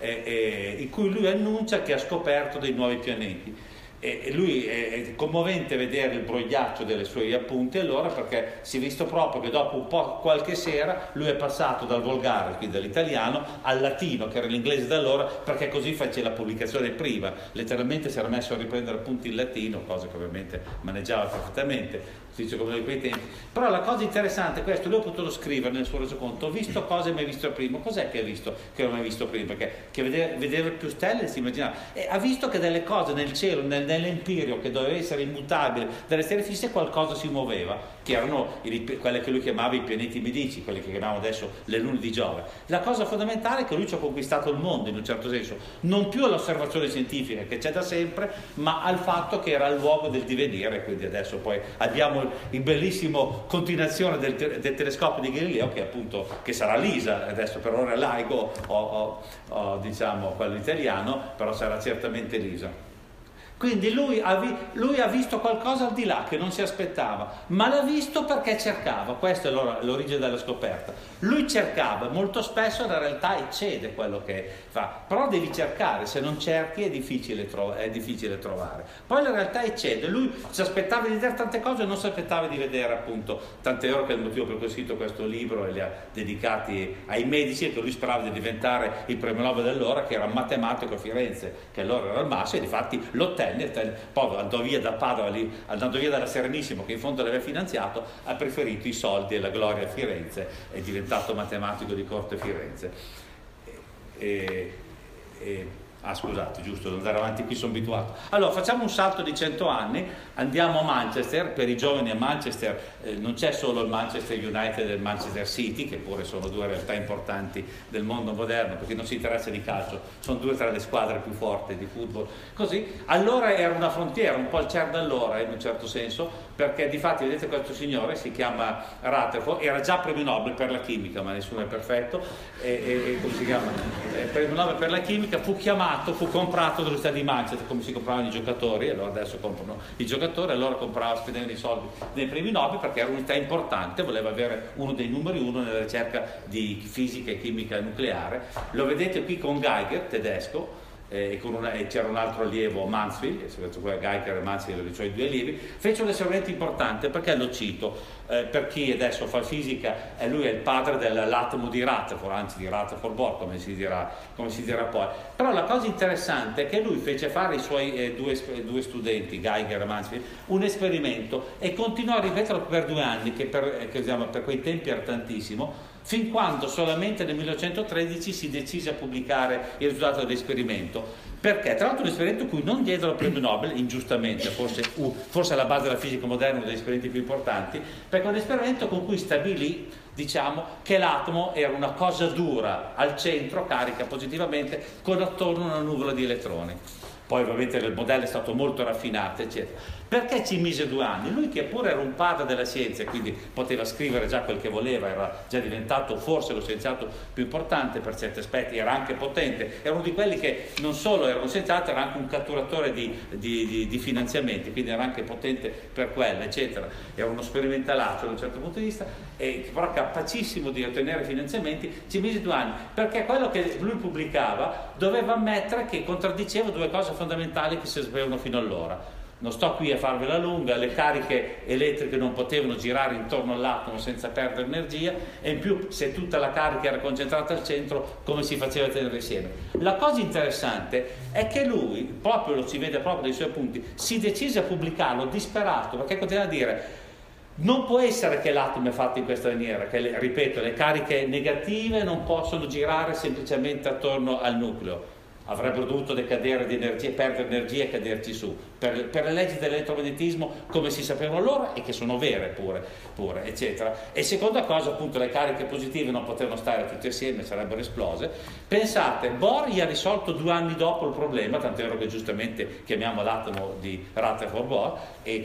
In cui lui annuncia che ha scoperto dei nuovi pianeti. E lui è commovente vedere il brogliaccio delle sue appunti, allora, perché si è visto proprio che dopo un po', qualche sera, lui è passato dal volgare, quindi dall'italiano, al latino, che era l'inglese da allora, perché così faceva la pubblicazione prima. Letteralmente si era messo a riprendere appunti in latino, cosa che ovviamente maneggiava perfettamente, come quei tempi. Però la cosa interessante è questo: lui ha potuto scrivere nel suo resoconto: ho visto cose mai visto prima. Cos'è che ha visto che non ho mai visto prima? Perché che vedeva più stelle, si immaginava, e ha visto che delle cose nel cielo, nell'empirio, che doveva essere immutabile, dalle stelle fisse, qualcosa si muoveva, che erano quelle che lui chiamava i pianeti medici, quelli che chiamiamo adesso le lune di Giove. La cosa fondamentale è che lui ci ha conquistato il mondo, in un certo senso, non più all'osservazione scientifica che c'è da sempre, ma al fatto che era il luogo del divenire. Quindi adesso poi abbiamo il bellissimo continuazione del telescopio di Galileo, che appunto, che sarà LISA, adesso per ora è LIGO o diciamo quello italiano, però sarà certamente LISA. Quindi lui ha visto qualcosa al di là che non si aspettava, ma l'ha visto perché cercava. Questa è l'origine della scoperta. Lui cercava, molto spesso la realtà eccede quello che fa, però devi cercare, se non cerchi è difficile trovare. Poi la realtà eccede, lui si aspettava di vedere tante cose e non si aspettava di vedere, appunto, tante ore, che è il motivo per cui ho scritto questo libro e li ha dedicati ai medici, che lui sperava di diventare il premio Nobel dell'ora, che era matematico a Firenze, che allora era il massimo, e difatti l'ottenne. Poi andò via da Padova, andando via dalla Serenissimo, che in fondo l'aveva finanziato, ha preferito i soldi e la gloria a Firenze, è diventato matematico di corte a Firenze. Scusate, giusto, devo andare avanti, qui sono abituato. Allora, facciamo un salto di 100 anni, andiamo a Manchester. Per i giovani a Manchester non c'è solo il Manchester United e il Manchester City, che pure sono 2 realtà importanti del mondo moderno, perché non si interessa di calcio, sono 2 tra le squadre più forti di football. Così, allora era una frontiera, un po' il CERN d'allora, in un certo senso, perché difatti, vedete, questo signore si chiama Rutherford, era già premio Nobel per la chimica, ma nessuno è perfetto, come si chiama? Premio Nobel per la chimica, fu chiamato chiamato, fu comprato dall'Università di Manchester, come si compravano i giocatori, allora adesso comprano i giocatori, allora comprava spendendo i soldi nei premi Nobel perché era un'unità importante, voleva avere uno dei numeri uno nella ricerca di fisica e chimica nucleare. Lo vedete qui con Geiger, tedesco, e c'era un altro allievo, Mansfield, Geiger e Mansfield, cioè i due allievi, fece un esperimento importante. Perché lo cito? Per chi adesso fa fisica, lui è il padre dell'atomo di Rutherford, anzi di Rutherford-Bohr, come si dirà poi. Però la cosa interessante è che lui fece fare ai suoi due studenti, Geiger e Mansfield, un esperimento e continuò a ripeterlo per 2 anni, che per quei tempi era tantissimo, fin quando solamente nel 1913 si decise a pubblicare il risultato dell'esperimento. Perché? Tra l'altro un esperimento in cui non diedero il premio Nobel, ingiustamente, forse alla base della fisica moderna, uno degli esperimenti più importanti, perché è un esperimento con cui stabilì, che l'atomo era una cosa dura, al centro, carica positivamente, con attorno una nuvola di elettroni. Poi ovviamente il modello è stato molto raffinato, eccetera. Perché ci mise 2 anni? Lui, che pure era un padre della scienza, quindi poteva scrivere già quel che voleva, era già diventato forse lo scienziato più importante per certi aspetti, era anche potente, era uno di quelli che non solo era uno scienziato, era anche un catturatore di finanziamenti, quindi era anche potente per quello, eccetera. Era uno sperimentalaccio da un certo punto di vista, e però capacissimo di ottenere finanziamenti. Ci mise 2 anni, perché quello che lui pubblicava doveva ammettere che contraddiceva 2 cose fondamentali che si sapevano fino allora. Non sto qui a farvela lunga, le cariche elettriche non potevano girare intorno all'atomo senza perdere energia, e in più, se tutta la carica era concentrata al centro, come si faceva a tenere insieme? La cosa interessante è che lui, proprio lo si vede proprio dai suoi appunti, si decise a pubblicarlo disperato, perché continua a dire: non può essere che l'atomo è fatto in questa maniera, che, ripeto, le cariche negative non possono girare semplicemente attorno al nucleo. Avrebbero dovuto decadere di energia, perdere energia e caderci su per le leggi dell'elettromagnetismo come si sapevano allora, e che sono vere pure, eccetera. E seconda cosa, appunto, le cariche positive non potevano stare tutte assieme, sarebbero esplose. Pensate, Bohr gli ha risolto 2 anni dopo il problema, tant'è vero che giustamente chiamiamo l'atomo di Rutherford-Bohr,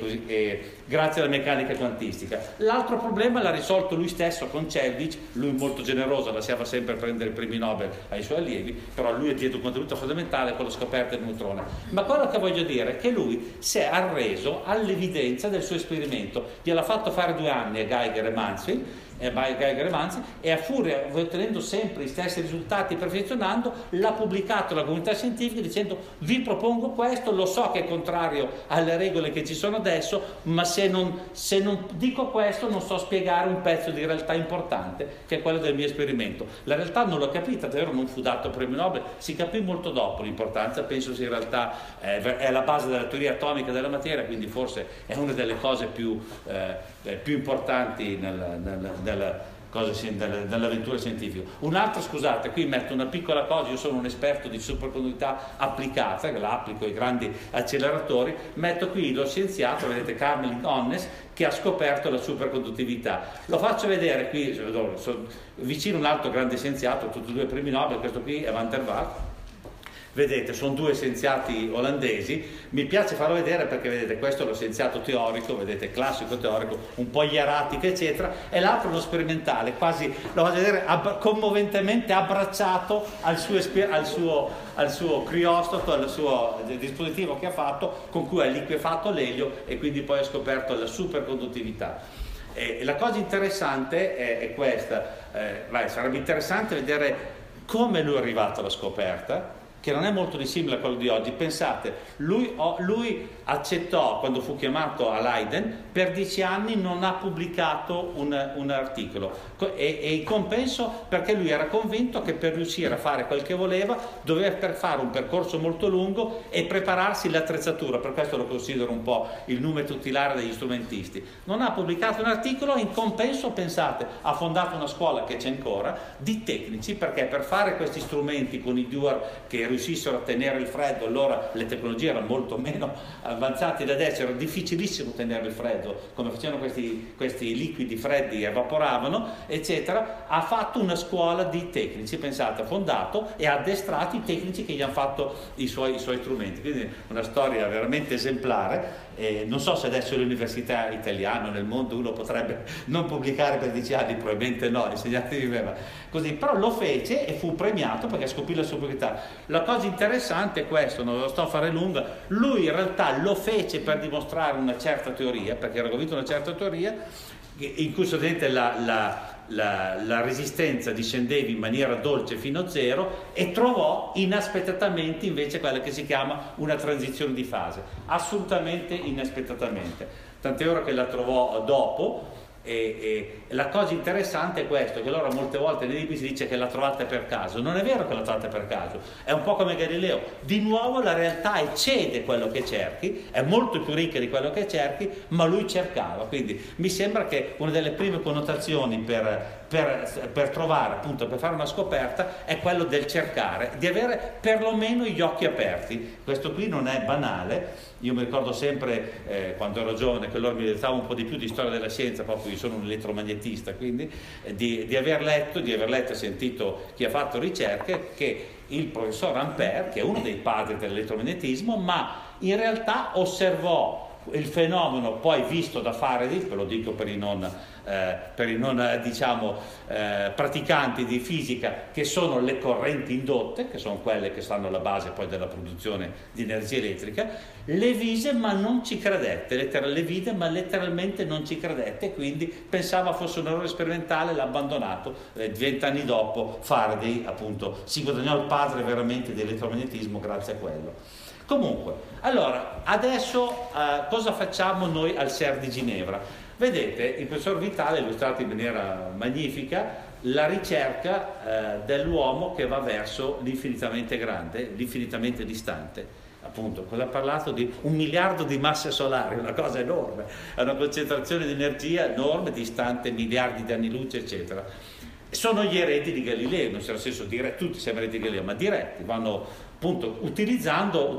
e grazie alla meccanica quantistica. L'altro problema l'ha risolto lui stesso con Chladni, lui molto generoso, lasciava sempre prendere i premi Nobel ai suoi allievi, però lui ha dato un contributo fondamentale con la scoperta del neutrone. Ma quello che voglio dire è che lui si è arreso all'evidenza del suo esperimento, gliel'ha fatto fare 2 anni a Geiger e Mansfield, e a furia, ottenendo sempre gli stessi risultati, perfezionando, l'ha pubblicato alla comunità scientifica dicendo: vi propongo questo, lo so che è contrario alle regole che ci sono adesso, ma se non dico questo non so spiegare un pezzo di realtà importante, che è quello del mio esperimento. La realtà non l'ho capita, davvero non fu dato il premio Nobel, si capì molto dopo l'importanza, penso sia in realtà è la base della teoria atomica della materia, quindi forse è una delle cose più importanti dell'avventura scientifica. Un altro, scusate, qui metto una piccola cosa, io sono un esperto di superconduttività applicata, che la applico ai grandi acceleratori, metto qui lo scienziato, vedete, Carmelin Onnes, che ha scoperto la superconduttività. Lo faccio vedere qui, vicino un altro grande scienziato, tutti e 2 premi Nobel, questo qui è Van der Waals. Vedete, sono 2 scienziati olandesi, mi piace farlo vedere perché vedete, questo è lo scienziato teorico, vedete, classico teorico, un po' ieratico, eccetera, e l'altro lo sperimentale, quasi, lo faccio vedere, commoventemente abbracciato al suo criostato, al suo dispositivo che ha fatto, con cui ha liquefatto l'elio e quindi poi ha scoperto la superconduttività. E la cosa interessante è questa, sarebbe interessante vedere come lui è arrivato alla scoperta, che non è molto dissimile a quello di oggi. Pensate, lui accettò, quando fu chiamato a Leiden, per 10 anni non ha pubblicato un articolo, e in compenso, perché lui era convinto che per riuscire a fare quel che voleva doveva fare un percorso molto lungo e prepararsi l'attrezzatura. Per questo lo considero un po' il nume tutelare degli strumentisti. Non ha pubblicato un articolo, in compenso, pensate, ha fondato una scuola che c'è ancora di tecnici, perché per fare questi strumenti con i Dewar che riuscissero a tenere il freddo, allora le tecnologie erano molto meno avanzate da adesso, era difficilissimo tenere il freddo, come facevano questi liquidi freddi, evaporavano, eccetera. Ha fatto una scuola di tecnici, pensate, ha fondato e ha addestrato i tecnici che gli hanno fatto i suoi strumenti, quindi una storia veramente esemplare. Non so se adesso l'università italiana nel mondo uno potrebbe non pubblicare per 10 anni, probabilmente no, insegnante viveva così, però lo fece e fu premiato perché scoprì la sua proprietà. La La cosa interessante è questo, non lo sto a fare lunga, lui in realtà lo fece per dimostrare una certa teoria, perché era convinto una certa teoria, in cui sostanzialmente la resistenza discendeva in maniera dolce fino a zero, e trovò inaspettatamente invece quella che si chiama una transizione di fase, assolutamente inaspettatamente, tant'è vero che la trovò dopo. E la cosa interessante è questo, che allora molte volte nei libri si dice che l'ha trovata per caso. Non è vero che l'ha trovata per caso, è un po' come Galileo, di nuovo la realtà eccede quello che cerchi, è molto più ricca di quello che cerchi, ma lui cercava. Quindi mi sembra che una delle prime connotazioni per trovare, appunto, per fare una scoperta, è quello del cercare, di avere perlomeno gli occhi aperti. Questo qui non è banale. Io mi ricordo sempre quando ero giovane che loro mi dedicavano un po' di più di storia della scienza, proprio io sono un elettromagnetista, quindi di aver letto e sentito chi ha fatto ricerche, che il professor Ampère, che è uno dei padri dell'elettromagnetismo, ma in realtà osservò il fenomeno poi visto da Faraday, ve lo dico per i non praticanti di fisica, che sono le correnti indotte, che sono quelle che stanno alla base poi della produzione di energia elettrica. Le vise ma non ci credette, le vide ma letteralmente non ci credette, quindi pensava fosse un errore sperimentale, l'ha abbandonato. 20 anni dopo Faraday appunto si guadagnò il padre veramente dell'elettromagnetismo grazie a quello. Comunque, allora, adesso cosa facciamo noi al CERN di Ginevra? Vedete, il professor Vitale ha illustrato in maniera magnifica la ricerca dell'uomo che va verso l'infinitamente grande, l'infinitamente distante. Appunto, cosa ha parlato? Di 1 miliardo di masse solari, una cosa enorme, è una concentrazione di energia enorme, distante miliardi di anni luce, eccetera. Sono gli eredi di Galileo, nel senso tutti siamo eredi di Galileo, ma diretti, vanno appunto utilizzando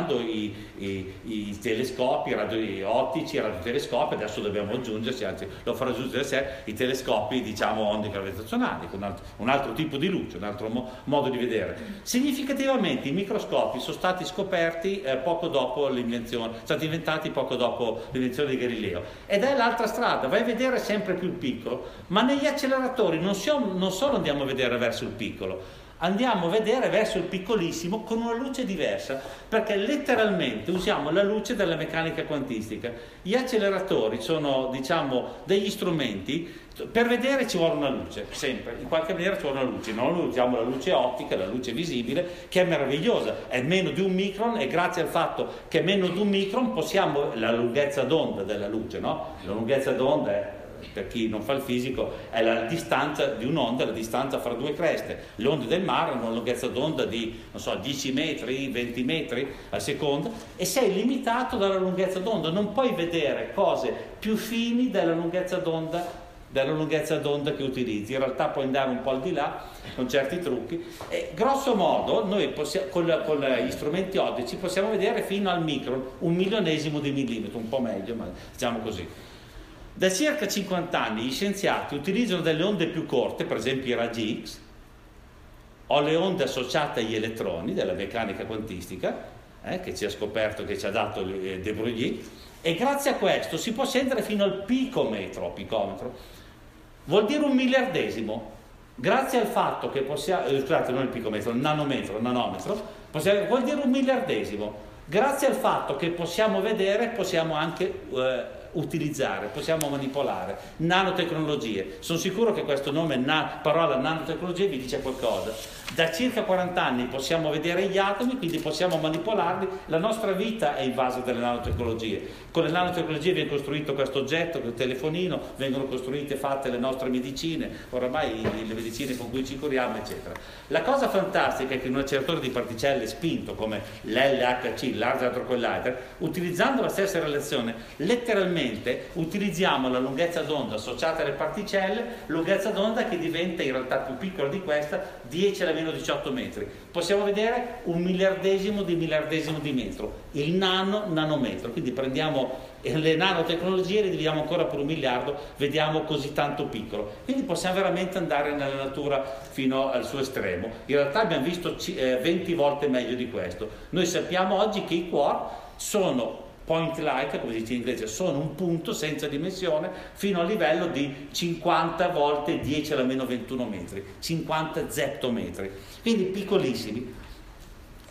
i telescopi ottici, i radiotelescopi. Adesso dobbiamo aggiungersi, anzi lo farò aggiungere sé, i telescopi onde gravitazionali, con un altro tipo di luce, un altro modo di vedere. Significativamente i microscopi sono stati scoperti poco dopo l'invenzione, sono stati inventati poco dopo l'invenzione di Galileo, ed è l'altra strada, vai a vedere sempre più il piccolo, ma negli acceleratori non solo andiamo a vedere verso il piccolo, andiamo a vedere verso il piccolissimo con una luce diversa, perché letteralmente usiamo la luce della meccanica quantistica. Gli acceleratori sono, degli strumenti, per vedere ci vuole una luce, sempre, in qualche maniera ci vuole una luce, non usiamo la luce ottica, la luce visibile, che è meravigliosa, è meno di 1 micron, e grazie al fatto che è meno di 1 micron possiamo, la lunghezza d'onda della luce, no? La lunghezza d'onda è, per chi non fa il fisico, è la distanza di un'onda, la distanza fra due creste. Le onde del mare hanno una lunghezza d'onda di, 10 metri, 20 metri al secondo, e sei limitato dalla lunghezza d'onda, non puoi vedere cose più fini della lunghezza d'onda che utilizzi. In realtà puoi andare un po' al di là con certi trucchi, e grosso modo noi con gli strumenti ottici possiamo vedere fino al micron, 1 milionesimo di millimetro, un po' meglio, ma diciamo così. Da circa 50 anni gli scienziati utilizzano delle onde più corte, per esempio i raggi X, o le onde associate agli elettroni della meccanica quantistica, che ci ha scoperto, che ci ha dato De Broglie, e grazie a questo si può scendere fino al picometro, vuol dire 1 miliardesimo. Grazie al fatto che possiamo, non il picometro, il nanometro, vuol dire 1 miliardesimo. Grazie al fatto che possiamo vedere, possiamo anche utilizzare, possiamo manipolare nanotecnologie. Sono sicuro che questo nome, parola nanotecnologie, vi dice qualcosa. Da circa 40 anni possiamo vedere gli atomi, quindi possiamo manipolarli. La nostra vita è invasa dalle nanotecnologie. Con le nanotecnologie viene costruito questo oggetto, il telefonino, vengono costruite e fatte le nostre medicine, oramai le medicine con cui ci curiamo, eccetera. La cosa fantastica è che un acceleratore di particelle spinto come l'LHC, Large Hadron Collider, utilizzando la stessa relazione, letteralmente utilizziamo la lunghezza d'onda associata alle particelle, lunghezza d'onda che diventa in realtà più piccola di questa, 10 alla meno 18 metri. Possiamo vedere 1 miliardesimo di metro, il nanometro. Quindi prendiamo le nanotecnologie, le dividiamo ancora per 1 miliardo, vediamo così tanto piccolo. Quindi possiamo veramente andare nella natura fino al suo estremo. In realtà abbiamo visto 20 volte meglio di questo. Noi sappiamo oggi che i quark sono point light, come si dice in inglese, sono un punto senza dimensione fino al livello di 50 volte 10 alla meno 21 metri, 50 zeptometri, quindi piccolissimi.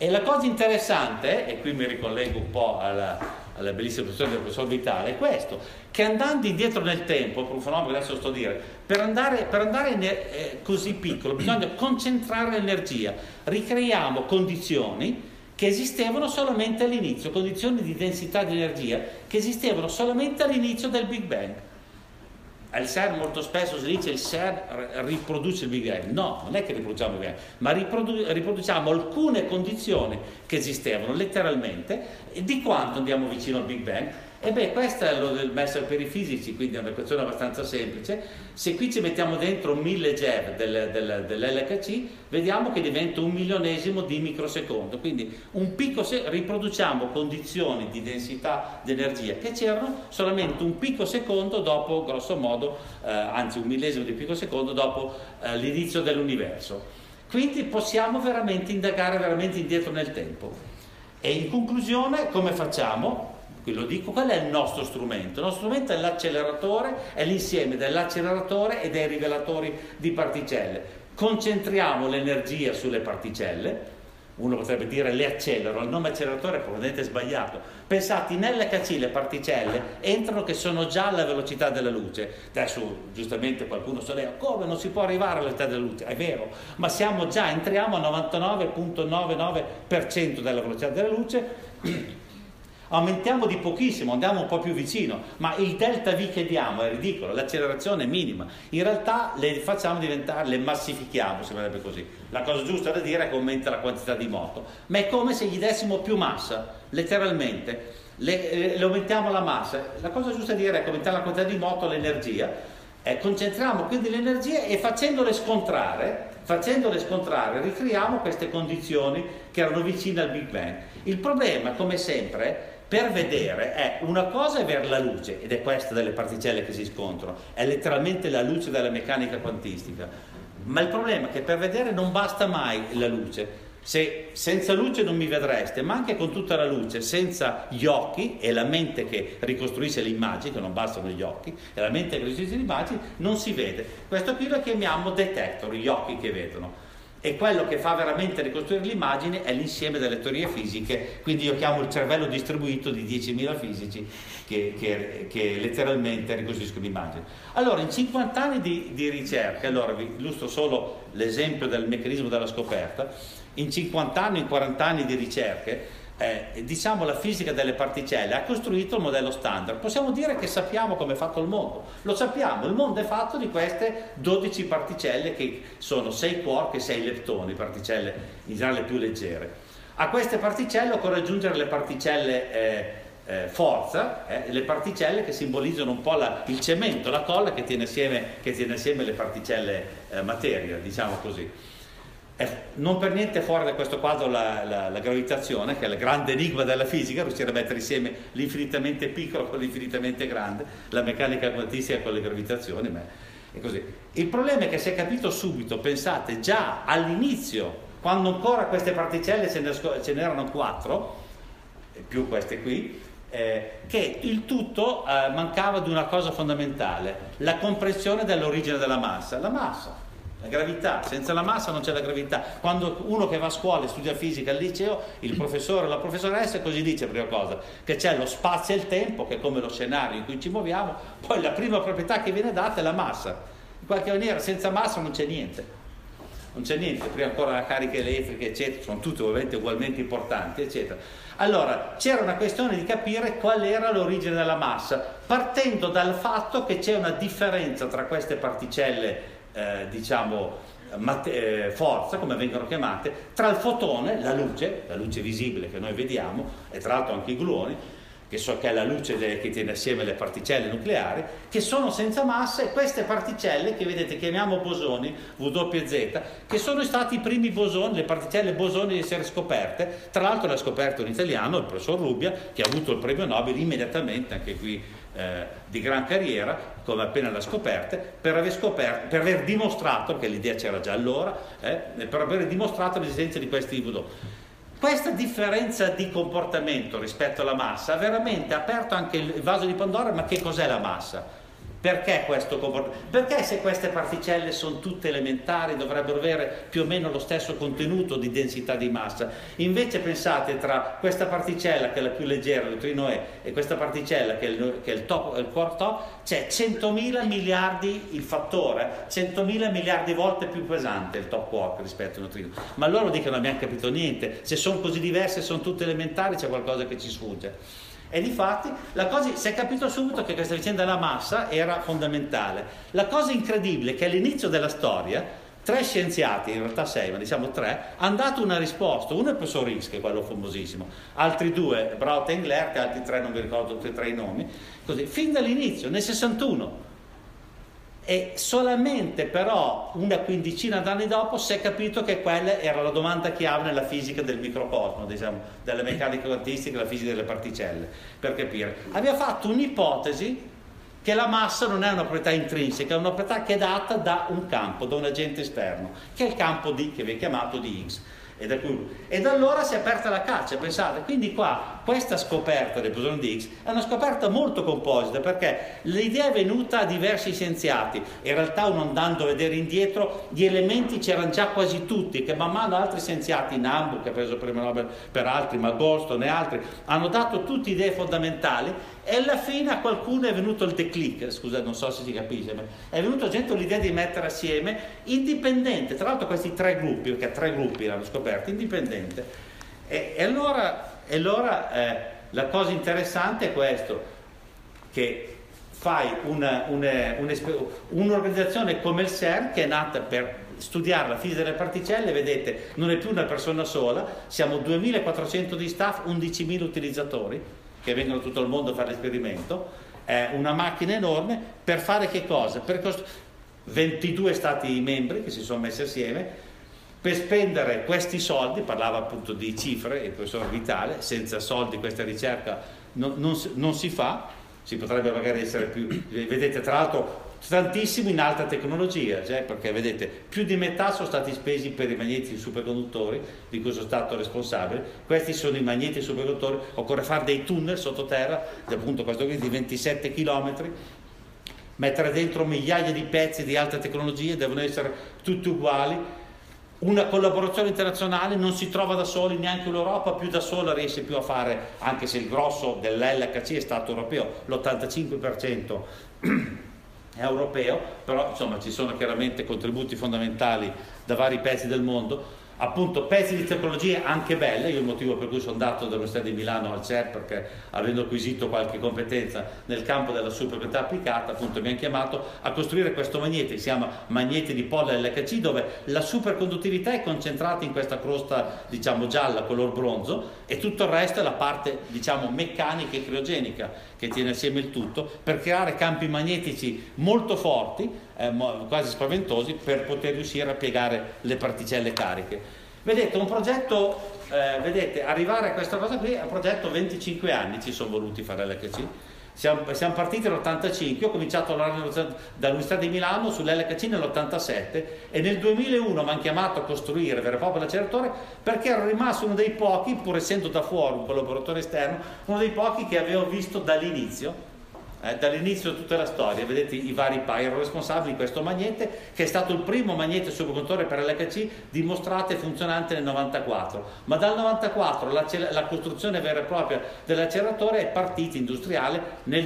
E la cosa interessante, e qui mi ricollego un po' alla bellissima posizione del professor Vitale, è questo, che andando indietro nel tempo, per un fenomeno che adesso sto a dire, per andare così piccolo bisogna concentrare l'energia, ricreiamo condizioni che esistevano solamente all'inizio, condizioni di densità di energia che esistevano solamente all'inizio del Big Bang. Al CERN molto spesso si dice il CERN riproduce il Big Bang. No, non è che riproduciamo il Big Bang, ma riproduciamo alcune condizioni che esistevano letteralmente. E di quanto andiamo vicino al Big Bang? E beh, questo è lo del messo per i fisici, quindi è una questione abbastanza semplice. Se qui ci mettiamo dentro 1000 GeV dell'LHC, vediamo che diventa 1/1000 di microsecondo, quindi riproduciamo condizioni di densità di energia che c'erano solamente un picosecondo dopo, grosso modo, anzi 1/1000 di picosecondo dopo l'inizio dell'universo. Quindi possiamo veramente indagare veramente indietro nel tempo. E in conclusione, come facciamo? Qui lo dico, qual è il nostro strumento? Il nostro strumento è l'acceleratore, è l'insieme dell'acceleratore e dei rivelatori di particelle. Concentriamo l'energia sulle particelle, uno potrebbe dire le accelero, il nome acceleratore è probabilmente sbagliato. Pensate, nell'HC le particelle entrano che sono già alla velocità della luce. Adesso giustamente qualcuno solleva, come non si può arrivare alla velocità della luce? È vero, ma entriamo al 99,99% della velocità della luce. Aumentiamo di pochissimo, andiamo un po' più vicino, ma il delta V che diamo è ridicolo, l'accelerazione è minima. In realtà le facciamo diventare, le massifichiamo, sembrerebbe così. La cosa giusta da dire è che aumenta la quantità di moto, ma è come se gli dessimo più massa, letteralmente, le aumentiamo la massa. La cosa giusta da dire è che aumentare la quantità di moto, l'energia, concentriamo quindi l'energia e facendole scontrare ricreiamo queste condizioni che erano vicine al Big Bang. Il problema, come sempre, per vedere è una cosa è avere la luce, ed è questa delle particelle che si scontrano, è letteralmente la luce della meccanica quantistica, ma il problema è che per vedere non basta mai la luce. Se senza luce non mi vedreste, ma anche con tutta la luce, senza gli occhi e la mente che ricostruisce le immagini, che non bastano gli occhi, e la mente che ricostruisce le immagini, non si vede. Questo qui lo chiamiamo detector, gli occhi che vedono. E quello che fa veramente ricostruire l'immagine è l'insieme delle teorie fisiche, quindi io chiamo il cervello distribuito di 10.000 fisici che letteralmente ricostruiscono l'immagine. Allora, in 50 anni di ricerca, allora vi illustro solo l'esempio del meccanismo della scoperta, in 50 anni, in 40 anni di ricerche, diciamo la fisica delle particelle ha costruito il modello standard. Possiamo dire che sappiamo come è fatto il mondo, lo sappiamo, il mondo è fatto di queste 12 particelle che sono 6 quark e 6 leptoni, particelle in generale più leggere. A queste particelle occorre aggiungere le particelle forza, le particelle che simbolizzano un po' il cemento, la colla che tiene assieme le particelle materia, diciamo così. Non per niente fuori da questo quadro la gravitazione, che è il grande enigma della fisica, riuscire a mettere insieme l'infinitamente piccolo con l'infinitamente grande, la meccanica quantistica con le gravitazioni, ma è così. Il problema è che si è capito subito, pensate, già all'inizio, quando ancora queste particelle ce n'erano 4, più queste qui, che il tutto mancava di una cosa fondamentale, la comprensione dell'origine della massa. La massa, la gravità, senza la massa non c'è la gravità. Quando uno che va a scuola e studia fisica al liceo, il professore o la professoressa così dice, prima cosa, che c'è lo spazio e il tempo, che è come lo scenario in cui ci muoviamo, poi la prima proprietà che viene data è la massa. In qualche maniera senza massa non c'è niente, prima ancora la carica elettrica, eccetera, sono tutte ovviamente ugualmente importanti, eccetera. Allora, c'era una questione di capire qual era l'origine della massa, partendo dal fatto che c'è una differenza tra queste particelle forza, come vengono chiamate, tra il fotone, la luce visibile che noi vediamo, e tra l'altro anche i gluoni, che è la luce che tiene assieme le particelle nucleari, che sono senza massa, e queste particelle che vedete chiamiamo bosoni, WZ, che sono stati i primi bosoni, le particelle bosoni di essere scoperte. Tra l'altro l'ha scoperto un italiano, il professor Rubbia, che ha avuto il premio Nobel immediatamente, anche qui di gran carriera, come appena l'ha scoperta, per aver dimostrato, perché l'idea c'era già allora, per aver dimostrato l'esistenza di questi IVD. Questa differenza di comportamento rispetto alla massa ha veramente aperto anche il vaso di Pandora. Ma che cos'è la massa? Perché questo comportamento? Perché se queste particelle sono tutte elementari dovrebbero avere più o meno lo stesso contenuto di densità di massa? Invece pensate, tra questa particella che è la più leggera, il neutrino E, e questa particella che è il quark top, c'è 100.000 miliardi il fattore, 100.000 miliardi volte più pesante il top quark rispetto al neutrino. Ma loro dicono non abbiamo capito niente, se sono così diverse, sono tutte elementari, c'è qualcosa che ci sfugge. E difatti la cosa, si è capito subito che questa vicenda della massa era fondamentale. La cosa incredibile è che all'inizio della storia 3 scienziati, in realtà 6, ma diciamo 3, hanno dato una risposta. Uno è il professor Higgs, che è quello famosissimo, altri 2, Braut e Englert, altri 3 non vi ricordo tutti e 3 i nomi, così, fin dall'inizio, nel 61. E solamente però una quindicina d'anni dopo si è capito che quella era la domanda chiave nella fisica del microcosmo, diciamo, della meccanica quantistica, la fisica delle particelle, per capire. Abbiamo fatto un'ipotesi che la massa non è una proprietà intrinseca, è una proprietà che è data da un campo, da un agente esterno, che è il campo D, che vi è chiamato di Higgs. E da allora si è aperta la caccia, pensate, quindi qua questa scoperta del bosone di Higgs è una scoperta molto composita, perché l'idea è venuta a diversi scienziati, in realtà uno andando a vedere indietro gli elementi c'erano già quasi tutti, che man mano altri scienziati, Nambu che ha preso il premio Nobel per altri, ma Goldstone e altri, hanno dato tutte idee fondamentali, e alla fine a qualcuno è venuto il declic, scusa non so se si capisce, ma è venuto gente l'idea di mettere assieme indipendente, tra l'altro questi 3 gruppi, perché 3 gruppi l'hanno scoperto, indipendente, e allora la cosa interessante è questo, che fai un'organizzazione come il CERN, che è nata per studiare la fisica delle particelle, vedete, non è più una persona sola, siamo 2.400 di staff, 11.000 utilizzatori che vengono da tutto il mondo a fare l'esperimento, è una macchina enorme per fare che cosa? Per 22 stati membri che si sono messi assieme per spendere questi soldi, parlava appunto di cifre, il professor Vitale, senza soldi questa ricerca non si fa, si potrebbe magari essere più, vedete tra l'altro tantissimo in alta tecnologia, cioè, perché vedete più di metà sono stati spesi per i magneti superconduttori di cui sono stato responsabile. Questi sono i magneti superconduttori, occorre fare dei tunnel sottoterra, appunto questo qui di 27 km, mettere dentro migliaia di pezzi di alta tecnologia, devono essere tutti uguali, una collaborazione internazionale, non si trova da soli, neanche l'Europa più da sola riesce più a fare, anche se il grosso dell'LHC è stato europeo, l'85% è europeo, però insomma ci sono chiaramente contributi fondamentali da vari pezzi del mondo, appunto pezzi di tecnologie anche belle. Io il motivo per cui sono andato dall'Università di Milano al CERN, perché avendo acquisito qualche competenza nel campo della supergravità applicata, appunto mi hanno chiamato a costruire questo magnete, si chiama magnete di Paul LHC, dove la superconduttività è concentrata in questa crosta diciamo gialla color bronzo, e tutto il resto è la parte diciamo meccanica e criogenica che tiene assieme il tutto per creare campi magnetici molto forti, quasi spaventosi, per poter riuscire a piegare le particelle cariche. Vedete, un progetto, arrivare a questa cosa qui è un progetto 25 anni ci sono voluti fare l'LHC. Siamo partiti nell'85, ho cominciato a lavorare dall'Università di Milano sull'LHC nell'87 e nel 2001 mi hanno chiamato a costruire vero e proprio l'acceleratore, perché ero rimasto uno dei pochi, pur essendo da fuori un collaboratore esterno, uno dei pochi che avevo visto dall'inizio di tutta la storia. Vedete i vari pai, ero responsabile di questo magnete, che è stato il primo magnete superconduttore per l'LHC dimostrato e funzionante nel 94, ma dal 94 la costruzione vera e propria dell'acceleratore è partita industriale nel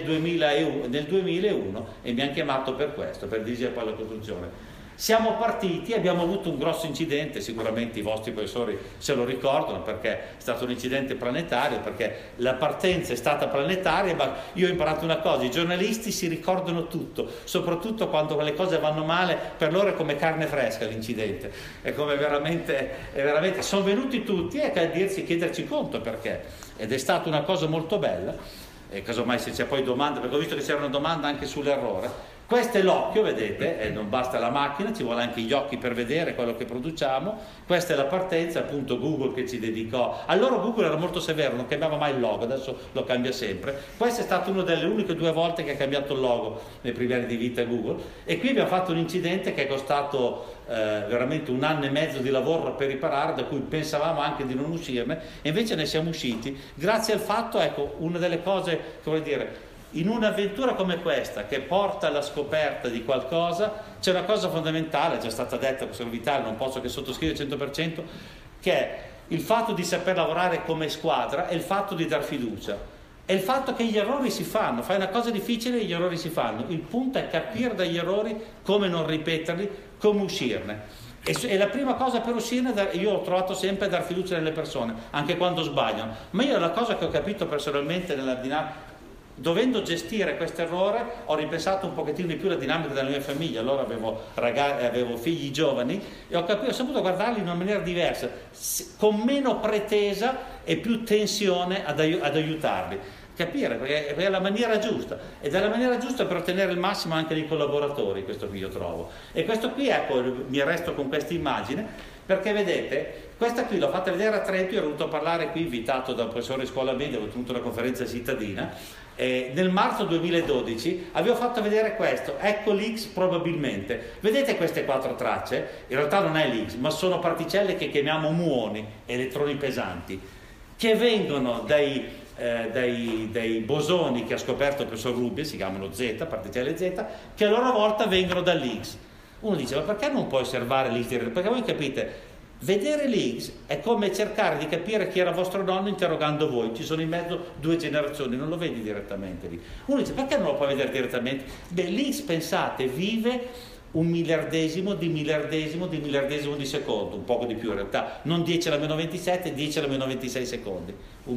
2001 e mi hanno chiamato per questo, per dirigere poi la costruzione. Siamo partiti, abbiamo avuto un grosso incidente, sicuramente i vostri professori se lo ricordano, perché è stato un incidente planetario, perché la partenza è stata planetaria, ma io ho imparato una cosa: i giornalisti si ricordano tutto, soprattutto quando le cose vanno male, per loro è come carne fresca l'incidente, è come veramente sono venuti tutti a chiederci conto perché, ed è stata una cosa molto bella, e casomai se c'è poi domanda, perché ho visto che c'era una domanda anche sull'errore. Questo è l'occhio, vedete, e non basta la macchina, ci vuole anche gli occhi per vedere quello che produciamo. Questa è la partenza, appunto Google che ci dedicò. Allora Google era molto severo, non cambiava mai il logo, adesso lo cambia sempre. Questa è stata una delle uniche 2 volte che ha cambiato il logo nei primi anni di vita Google. E qui abbiamo fatto un incidente che è costato veramente 1 anno e mezzo di lavoro per riparare, da cui pensavamo anche di non uscirne, e invece ne siamo usciti grazie al fatto, ecco, una delle cose che vuol dire, in un'avventura come questa che porta alla scoperta di qualcosa c'è una cosa fondamentale, è già stata detta da professor Vitale, non posso che sottoscrivere 100%, che è il fatto di saper lavorare come squadra e il fatto di dar fiducia. È il fatto che gli errori si fanno, fai una cosa difficile e gli errori si fanno. Il punto è capire dagli errori come non ripeterli, come uscirne. E la prima cosa per uscirne, io ho trovato sempre dar fiducia nelle persone, anche quando sbagliano. Ma io la cosa che ho capito personalmente nella dinamica, dovendo gestire questo errore, ho ripensato un pochettino di più la dinamica della mia famiglia. Allora avevo figli giovani e ho saputo guardarli in una maniera diversa, con meno pretesa e più tensione ad aiutarli. Capire, perché è la maniera giusta, ed è la maniera giusta per ottenere il massimo anche dei collaboratori, questo qui io trovo. E questo qui, ecco, mi arresto con questa immagine, perché vedete, questa qui l'ho fatta vedere a Trento, io ero venuto a parlare qui, invitato da un professore di scuola media, ho tenuto una conferenza cittadina, nel marzo 2012 avevo fatto vedere questo, ecco l'X probabilmente. Vedete queste 4 tracce? In realtà non è l'X, ma sono particelle che chiamiamo muoni, elettroni pesanti, che vengono dai bosoni che ha scoperto il professor Rubbia, si chiamano Z, particelle Z, che a loro volta vengono dall'X. Uno dice, ma perché non puoi osservare l'X direttamente? Perché voi capite, vedere l'X è come cercare di capire chi era vostro nonno interrogando voi, ci sono in mezzo 2 generazioni, non lo vedi direttamente lì. Uno dice, perché non lo puoi vedere direttamente? Beh, l'X, pensate, vive 1/1000 di secondo, un poco di più in realtà, non 10 alla meno 27, 10 alla meno 26 secondi,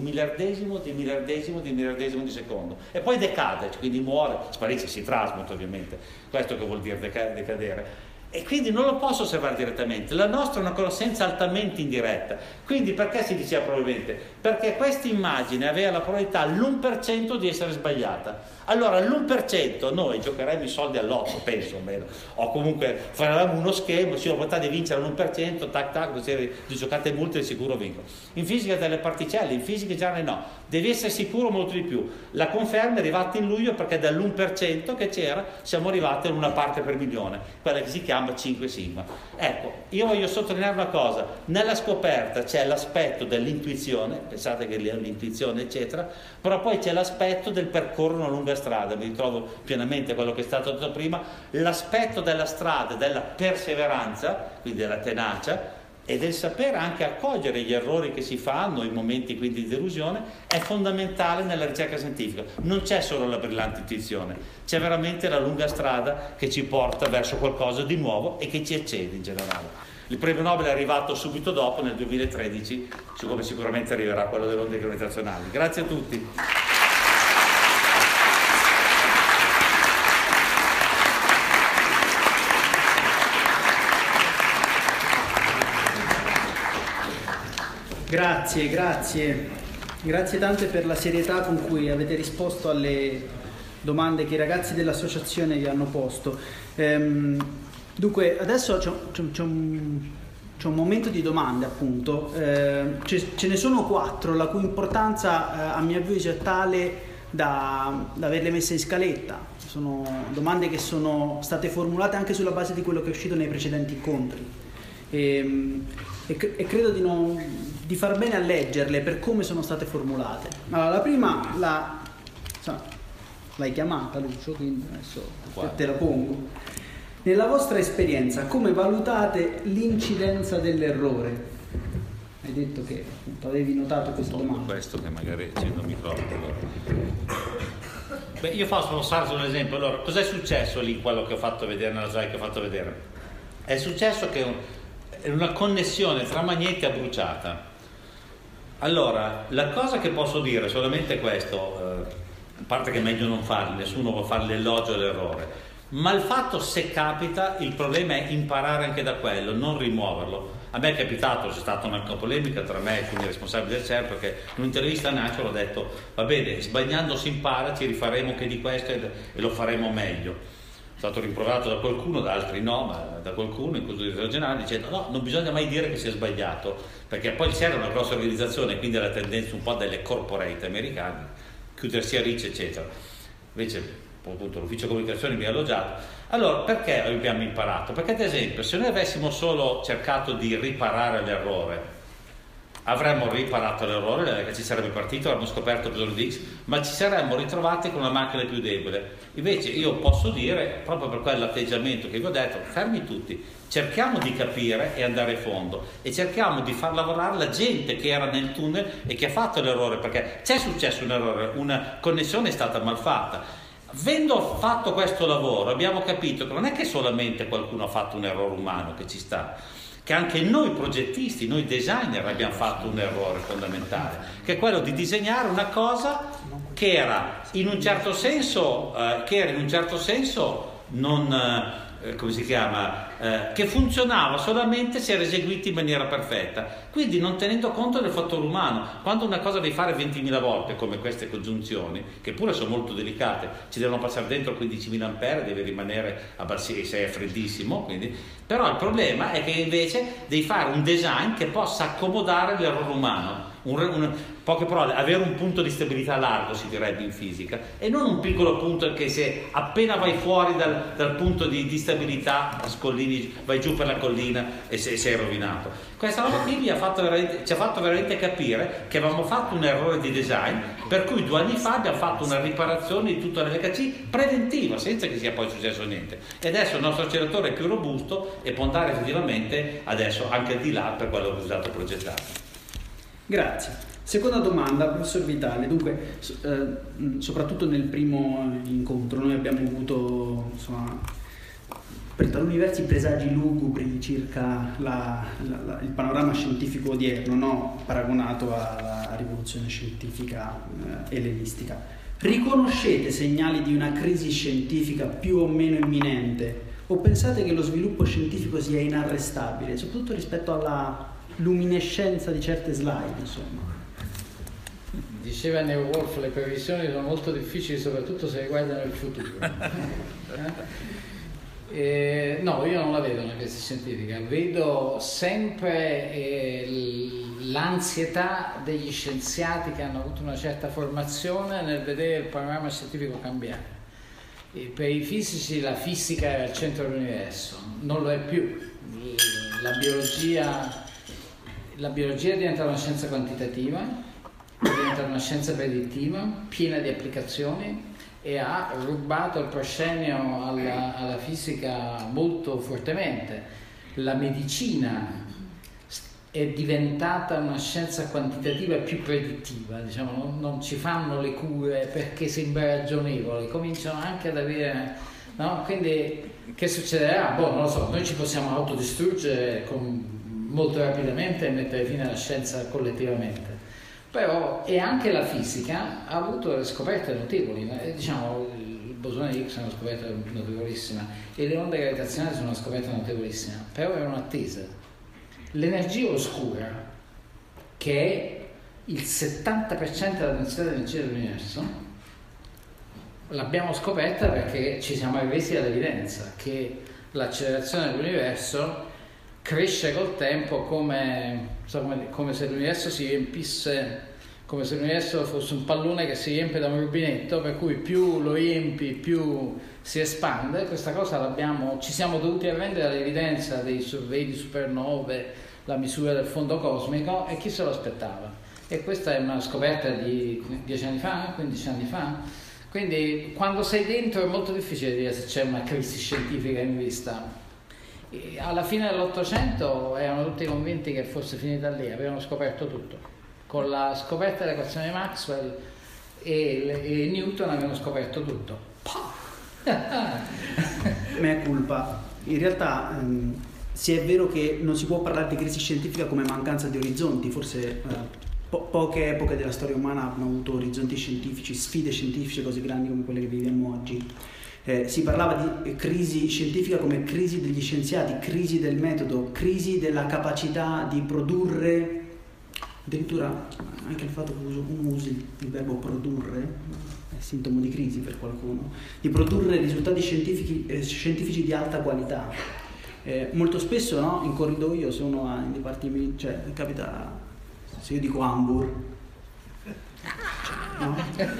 1/1000 di secondo, e poi decade, quindi muore, sparisce, si trasmuta ovviamente, questo che vuol dire decadere. E quindi non lo posso osservare direttamente. La nostra è una conoscenza altamente indiretta. Quindi perché si diceva probabilmente? Perché questa immagine aveva la probabilità all'1% di essere sbagliata. Allora all'1% noi giocheremo i soldi all'8, penso almeno, o comunque faremo uno schema, ci ho probabilità di vincere all'1%, tac tac, così di giocate multe di sicuro vinco. In fisica delle particelle, in fisica generale no, devi essere sicuro molto di più. La conferma è arrivata in luglio perché dall'1% che c'era siamo arrivati ad una parte per milione, quella che si chiama 5 sigma. Ecco, io voglio sottolineare una cosa, nella scoperta c'è l'aspetto dell'intuizione, pensate che l'intuizione eccetera, però poi c'è l'aspetto del percorrere una lunga strada, mi ritrovo pienamente quello che è stato detto prima, l'aspetto della strada, della perseveranza, quindi della tenacia, e del sapere anche accogliere gli errori che si fanno, i momenti quindi di delusione, è fondamentale nella ricerca scientifica. Non c'è solo la brillante intuizione, c'è veramente la lunga strada che ci porta verso qualcosa di nuovo e che ci eccede in generale. Il premio Nobel è arrivato subito dopo, nel 2013, come sicuramente arriverà quello delle onde gravitazionali. Grazie a tutti. Grazie tante per la serietà con cui avete risposto alle domande che i ragazzi dell'associazione vi hanno posto. Dunque, adesso c'è un momento di domande, appunto. Ce ne sono 4, la cui importanza a mio avviso è tale da averle messe in scaletta. Sono domande che sono state formulate anche sulla base di quello che è uscito nei precedenti incontri. E credo di far bene a leggerle per come sono state formulate. Allora, la prima l'hai chiamata, Lucio, quindi adesso te la pongo. Nella vostra esperienza, come valutate l'incidenza dell'errore? Hai detto che appunto avevi notato questa domanda. Questo che magari accendo il microfono. Beh, io faccio un esempio. Allora, cos'è successo lì, quello che ho fatto vedere nella slide che ho fatto vedere? È successo che una connessione tra magneti è bruciata. Allora, la cosa che posso dire è solamente questo, a parte che è meglio non farli, nessuno può fare l'elogio dell'errore, ma il fatto, se capita, il problema è imparare anche da quello, non rimuoverlo. A me è capitato, c'è stata una polemica tra me e alcuni responsabili del CERN, perché in un'intervista a Nacho ho detto, va bene, sbagliando si impara, ci rifaremo che di questo e lo faremo meglio. È stato rimproverato da qualcuno, da altri no, ma da qualcuno in consiglio generale dicendo no, non bisogna mai dire che si è sbagliato, perché poi c'era una grossa organizzazione, quindi la tendenza un po' delle corporate americane, chiudersi a ricci eccetera. Invece appunto l'ufficio comunicazione mi ha elogiato. Allora, perché abbiamo imparato? Perché ad esempio se noi avessimo solo cercato di riparare l'errore, avremmo riparato l'errore, che ci sarebbe partito, avremmo scoperto l'errore di X, ma ci saremmo ritrovati con una macchina più debole. Invece io posso dire, proprio per quell'atteggiamento che vi ho detto, fermi tutti, cerchiamo di capire e andare a fondo e cerchiamo di far lavorare la gente che era nel tunnel e che ha fatto l'errore, perché c'è successo un errore, una connessione è stata malfatta. Avendo fatto questo lavoro abbiamo capito che non è che solamente qualcuno ha fatto un errore umano che ci sta, che anche noi progettisti, noi designer abbiamo fatto un errore fondamentale, che è quello di disegnare una cosa che era in un certo senso non come si chiama, che funzionava solamente se era eseguita in maniera perfetta, quindi non tenendo conto del fattore umano. Quando una cosa devi fare 20.000 volte, come queste congiunzioni, che pure sono molto delicate, ci devono passare dentro 15.000 ampere, deve rimanere a bassi, se è freddissimo, quindi. Però il problema è che invece devi fare un design che possa accomodare l'errore umano, poche parole, avere un punto di stabilità largo, si direbbe in fisica, e non un piccolo punto che se appena vai fuori dal punto di stabilità scollini, vai giù per la collina e sei rovinato. Questa roba qui ci ha fatto veramente capire che avevamo fatto un errore di design, per cui 2 anni fa abbiamo fatto una riparazione di tutta l'LHC preventiva, senza che sia poi successo niente, e adesso il nostro acceleratore è più robusto e può andare effettivamente adesso anche al di là per quello che è stato progettato. Grazie. Seconda domanda, professor Vitale. Dunque, soprattutto nel primo incontro noi abbiamo avuto, insomma, per taluni versi presagi lugubri circa il panorama scientifico odierno, no? Paragonato alla rivoluzione scientifica ellenistica. Riconoscete segnali di una crisi scientifica più o meno imminente, o pensate che lo sviluppo scientifico sia inarrestabile, soprattutto rispetto alla luminescenza di certe slide, insomma? Diceva Neo Wolf, le previsioni sono molto difficili, soprattutto se riguardano il futuro. No, io non la vedo una crisi scientifica, vedo sempre l'ansietà degli scienziati che hanno avuto una certa formazione nel vedere il panorama scientifico cambiare. Per i fisici la fisica era il centro dell'universo, non lo è più. La biologia diventa una scienza quantitativa, diventa una scienza predittiva, piena di applicazioni, e ha rubato il proscenio alla fisica molto fortemente. La medicina è diventata una scienza quantitativa più predittiva, diciamo, non ci fanno le cure perché sembra ragionevole, cominciano anche ad avere, no? Quindi che succederà? Non lo so, noi ci possiamo autodistruggere molto rapidamente e mettere fine alla scienza collettivamente. Però, e anche la fisica ha avuto delle scoperte notevoli, diciamo il bosone di Higgs è una scoperta notevolissima e le onde gravitazionali sono una scoperta notevolissima, però è un'attesa. L'energia oscura, che è il 70% della densità dell'energia dell'universo, l'abbiamo scoperta perché ci siamo arresi all'evidenza che l'accelerazione dell'universo cresce col tempo come se l'universo si riempisse, come se l'universo fosse un pallone che si riempie da un rubinetto, per cui più lo riempi più si espande. Questa cosa ci siamo dovuti arrendere all'evidenza dei survey di supernove, la misura del fondo cosmico, e chi se lo aspettava? E questa è una scoperta di 10 anni fa, 15 anni fa. Quindi quando sei dentro è molto difficile dire se c'è una crisi scientifica in vista. E alla fine dell'Ottocento erano tutti convinti che fosse finita lì, avevano scoperto tutto. Con la scoperta dell'equazione di Maxwell e Newton avevano scoperto tutto. Mea culpa. In realtà se è vero che non si può parlare di crisi scientifica come mancanza di orizzonti, forse poche epoche della storia umana hanno avuto orizzonti scientifici, sfide scientifiche così grandi come quelle che viviamo oggi. Si parlava di crisi scientifica come crisi degli scienziati, crisi del metodo, crisi della capacità di produrre, addirittura anche il fatto che uno usi il verbo produrre è sintomo di crisi per qualcuno, di produrre risultati scientifici di alta qualità. Molto spesso, no, in corridoio, se uno ha in dipartimento, cioè capita, se io dico Hamburg, no?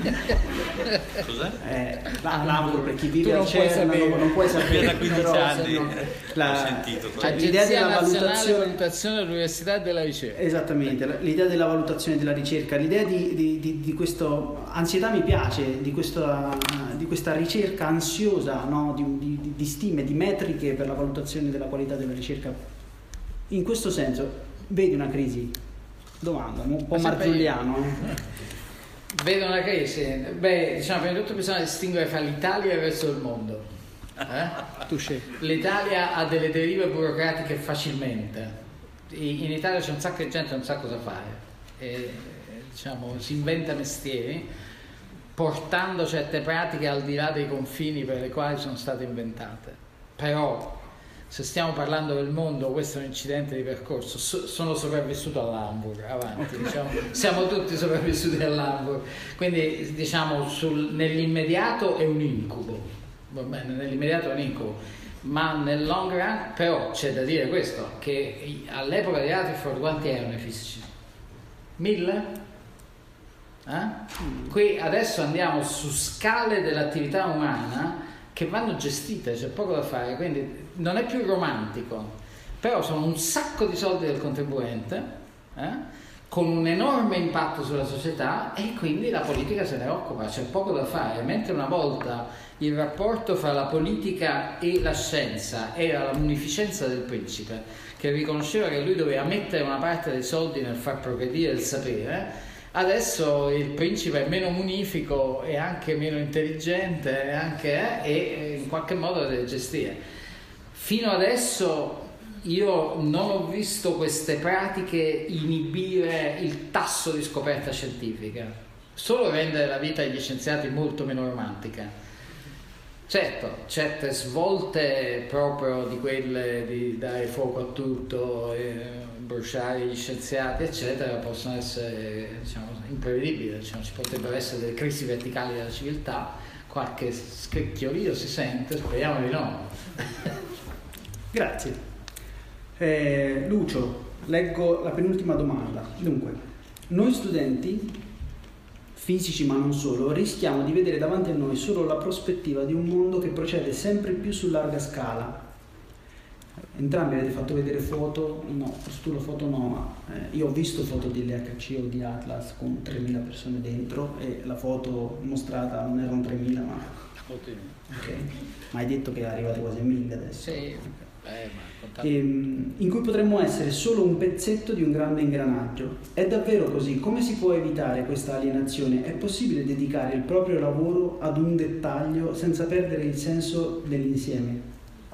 Cos'è? L'ANVUR, per chi vive Tu al CERN non puoi sapere. Da 15 però, anni no, ho sentito. l'idea della Nazionale Valutazione dell'Università e della Ricerca. Esattamente, l'idea della valutazione della ricerca, l'idea di questo, ansietà mi piace, di questa ricerca ansiosa, no? di stime, di metriche per la valutazione della qualità della ricerca. In questo senso, vedi una crisi? Domanda, un po' marzulliano. Vedo una crisi? Beh, diciamo, prima di tutto bisogna distinguere fra l'Italia e il resto del mondo. Tu scegli. L'Italia ha delle derive burocratiche facilmente. In Italia c'è un sacco di gente che non sa cosa fare. E, diciamo, si inventa mestieri portando certe pratiche al di là dei confini per le quali sono state inventate. Però, se stiamo parlando del mondo, questo è un incidente di percorso. Sono sopravvissuto all'Hamburg, avanti, diciamo. Siamo tutti sopravvissuti all'Hamburg. Quindi, diciamo, nell'immediato è un incubo. Va bene, nell'immediato è un incubo. Ma nel long run, però, c'è da dire questo, che all'epoca di Rutherford quanti erano i fisici? 1000? Qui adesso andiamo su scale dell'attività umana che vanno gestite, c'è poco da fare, quindi non è più romantico, però sono un sacco di soldi del contribuente, con un enorme impatto sulla società, e quindi la politica se ne occupa, c'è poco da fare. Mentre una volta il rapporto fra la politica e la scienza era la munificenza del principe, che riconosceva che lui doveva mettere una parte dei soldi nel far progredire il sapere, adesso il principe è meno munifico e anche meno intelligente e in qualche modo deve gestire. Fino adesso io non ho visto queste pratiche inibire il tasso di scoperta scientifica, solo rendere la vita degli scienziati molto meno romantica. Certo, certe svolte proprio di quelle di dare fuoco a tutto, bruciare gli scienziati eccetera, possono essere, diciamo, imprevedibili, diciamo, ci potrebbero essere delle crisi verticali della civiltà, qualche scricchiolio si sente, speriamo di no. Grazie. Lucio, leggo la penultima domanda. Dunque, noi studenti fisici, ma non solo, rischiamo di vedere davanti a noi solo la prospettiva di un mondo che procede sempre più su larga scala. Entrambi avete fatto vedere foto, no, tu la foto no, ma io ho visto foto di LHC o di Atlas con 3.000 persone dentro, e la foto mostrata non erano 3.000 ma... Okay. Ma hai detto che arrivate quasi a 1.000 adesso. Sì, in cui potremmo essere solo un pezzetto di un grande ingranaggio. È davvero così? Come si può evitare questa alienazione? È possibile dedicare il proprio lavoro ad un dettaglio senza perdere il senso dell'insieme?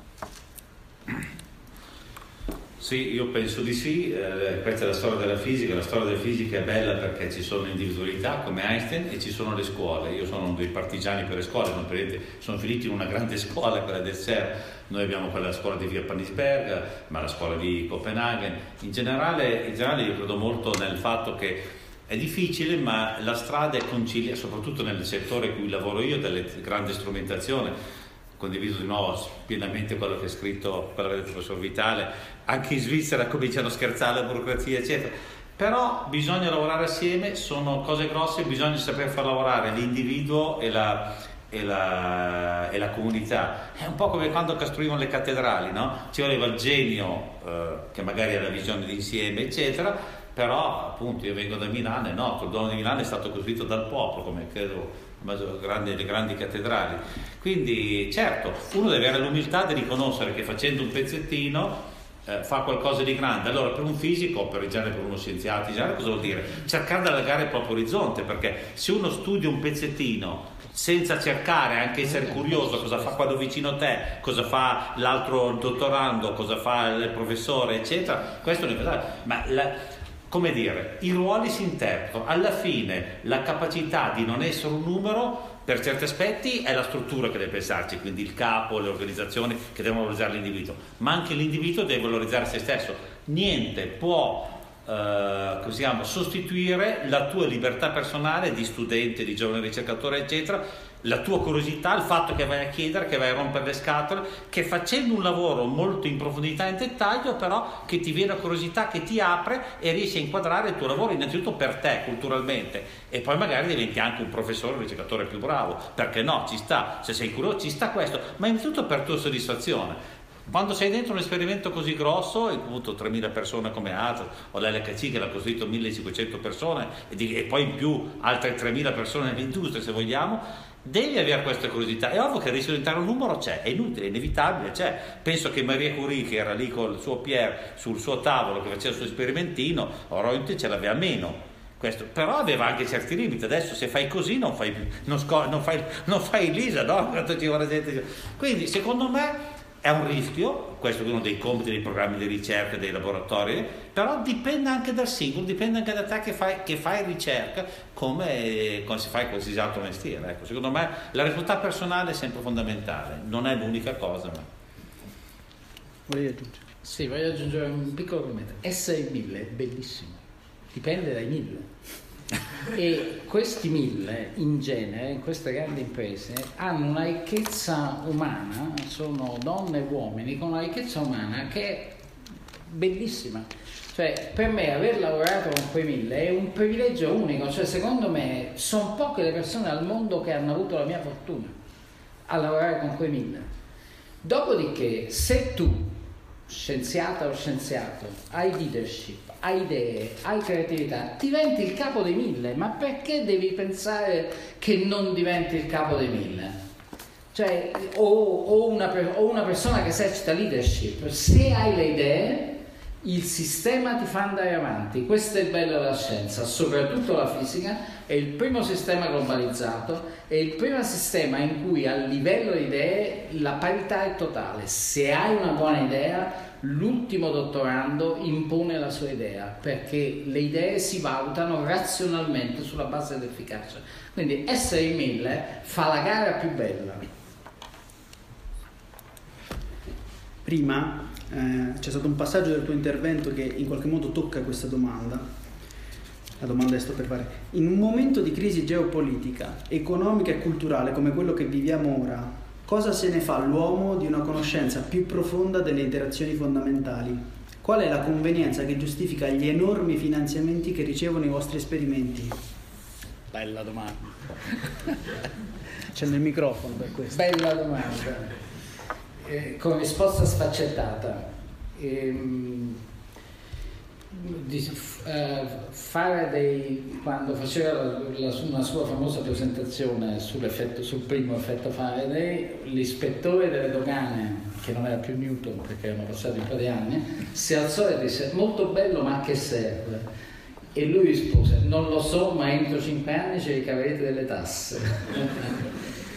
Sì, io penso di sì. Questa è la storia della fisica. La storia della fisica è bella perché ci sono individualità come Einstein e ci sono le scuole. Io sono uno dei partigiani per le scuole, sono finito in una grande scuola, quella del CERN. Noi abbiamo quella scuola di via Panisberg, ma la scuola di Copenaghen. In generale io credo molto nel fatto che è difficile, ma la strada è conciliare, soprattutto nel settore in cui lavoro io, delle grandi strumentazioni. Condiviso di nuovo pienamente quello che ha scritto, quello che ha detto il professor Vitale. Anche in Svizzera cominciano a scherzare la burocrazia eccetera, però bisogna lavorare assieme, sono cose grosse, bisogna saper far lavorare l'individuo e la comunità. È un po' come quando costruivano le cattedrali, no? Ci voleva il genio che magari ha la visione d'insieme eccetera, però appunto io vengo da Milano e noto, il Duomo di Milano è stato costruito dal popolo, come credo le grandi cattedrali. Quindi certo, uno deve avere l'umiltà di riconoscere che facendo un pezzettino fa qualcosa di grande. Allora per un fisico, per uno scienziato in genere, cosa vuol dire? Cercare di allargare il proprio orizzonte, perché se uno studia un pezzettino senza cercare, anche essere curioso cosa fa quello vicino a te, cosa fa l'altro dottorando, cosa fa il professore eccetera, questo è un... ma come dire, i ruoli si interpretano. Alla fine la capacità di non essere un numero per certi aspetti è la struttura che deve pensarci, quindi il capo, le organizzazioni che devono valorizzare l'individuo, ma anche l'individuo deve valorizzare se stesso. Niente può sostituire la tua libertà personale di studente, di giovane ricercatore eccetera, la tua curiosità, il fatto che vai a chiedere, che vai a rompere le scatole, che facendo un lavoro molto in profondità e in dettaglio, però che ti viene la curiosità, che ti apre e riesci a inquadrare il tuo lavoro innanzitutto per te, culturalmente, e poi magari diventi anche un professore, un ricercatore più bravo, perché no, ci sta, se sei curioso ci sta questo, ma innanzitutto per tua soddisfazione. Quando sei dentro un esperimento così grosso, appunto 3.000 persone come Atlas o l'LHC che l'ha costruito 1.500 persone e poi in più altre 3.000 persone nell'industria, se vogliamo, devi avere questa curiosità. È ovvio che il rischio di diventare un numero c'è, è inutile, è inevitabile, c'è. Penso che Marie Curie, che era lì con il suo Pierre sul suo tavolo, che faceva il suo sperimentino, Reuter ce l'aveva meno. Questo, però aveva anche certi limiti. Adesso se fai così non fai Lisa, no? Quindi secondo me è un rischio, questo è uno dei compiti dei programmi di ricerca, dei laboratori, però dipende anche dal singolo, dipende anche da te che fai ricerca, come si fa in qualsiasi altro mestiere. Ecco, secondo me la responsabilità personale è sempre fondamentale, non è l'unica cosa. Ma... Volevi aggiungere? Sì, voglio aggiungere un piccolo commento. Essere 1000 è bellissimo, dipende dai 1000. E questi 1000 in genere in queste grandi imprese hanno una ricchezza umana, sono donne e uomini con una ricchezza umana che è bellissima. Cioè, per me aver lavorato con quei 1000 è un privilegio unico. Cioè, secondo me sono poche le persone al mondo che hanno avuto la mia fortuna a lavorare con quei 1000. Dopodiché, se tu, scienziata o scienziato, hai leadership, hai idee, hai creatività, diventi il capo dei 1000. Ma perché devi pensare che non diventi il capo dei 1000? Cioè, o una persona che esercita leadership, se hai le idee, il sistema ti fa andare avanti. Questo è il bello della scienza, soprattutto la fisica. È il primo sistema globalizzato, è il primo sistema in cui a livello di idee la parità è totale. Se hai una buona idea, l'ultimo dottorando impone la sua idea, perché le idee si valutano razionalmente sulla base dell'efficacia. Quindi essere in 1000 fa la gara più bella. Prima c'è stato un passaggio del tuo intervento che in qualche modo tocca questa domanda. La domanda è sto per fare. In un momento di crisi geopolitica, economica e culturale come quello che viviamo ora, cosa se ne fa l'uomo di una conoscenza più profonda delle interazioni fondamentali? Qual è la convenienza che giustifica gli enormi finanziamenti che ricevono i vostri esperimenti? Bella domanda. C'è nel microfono per questo. Bella domanda. Con risposta sfaccettata. Quando faceva una sua famosa presentazione sul primo effetto Faraday, l'ispettore delle dogane, che non era più Newton perché erano passati un po' di anni, si alzò e disse: molto bello, ma a che serve? E lui rispose: non lo so, ma entro 5 anni ci ricaverete delle tasse.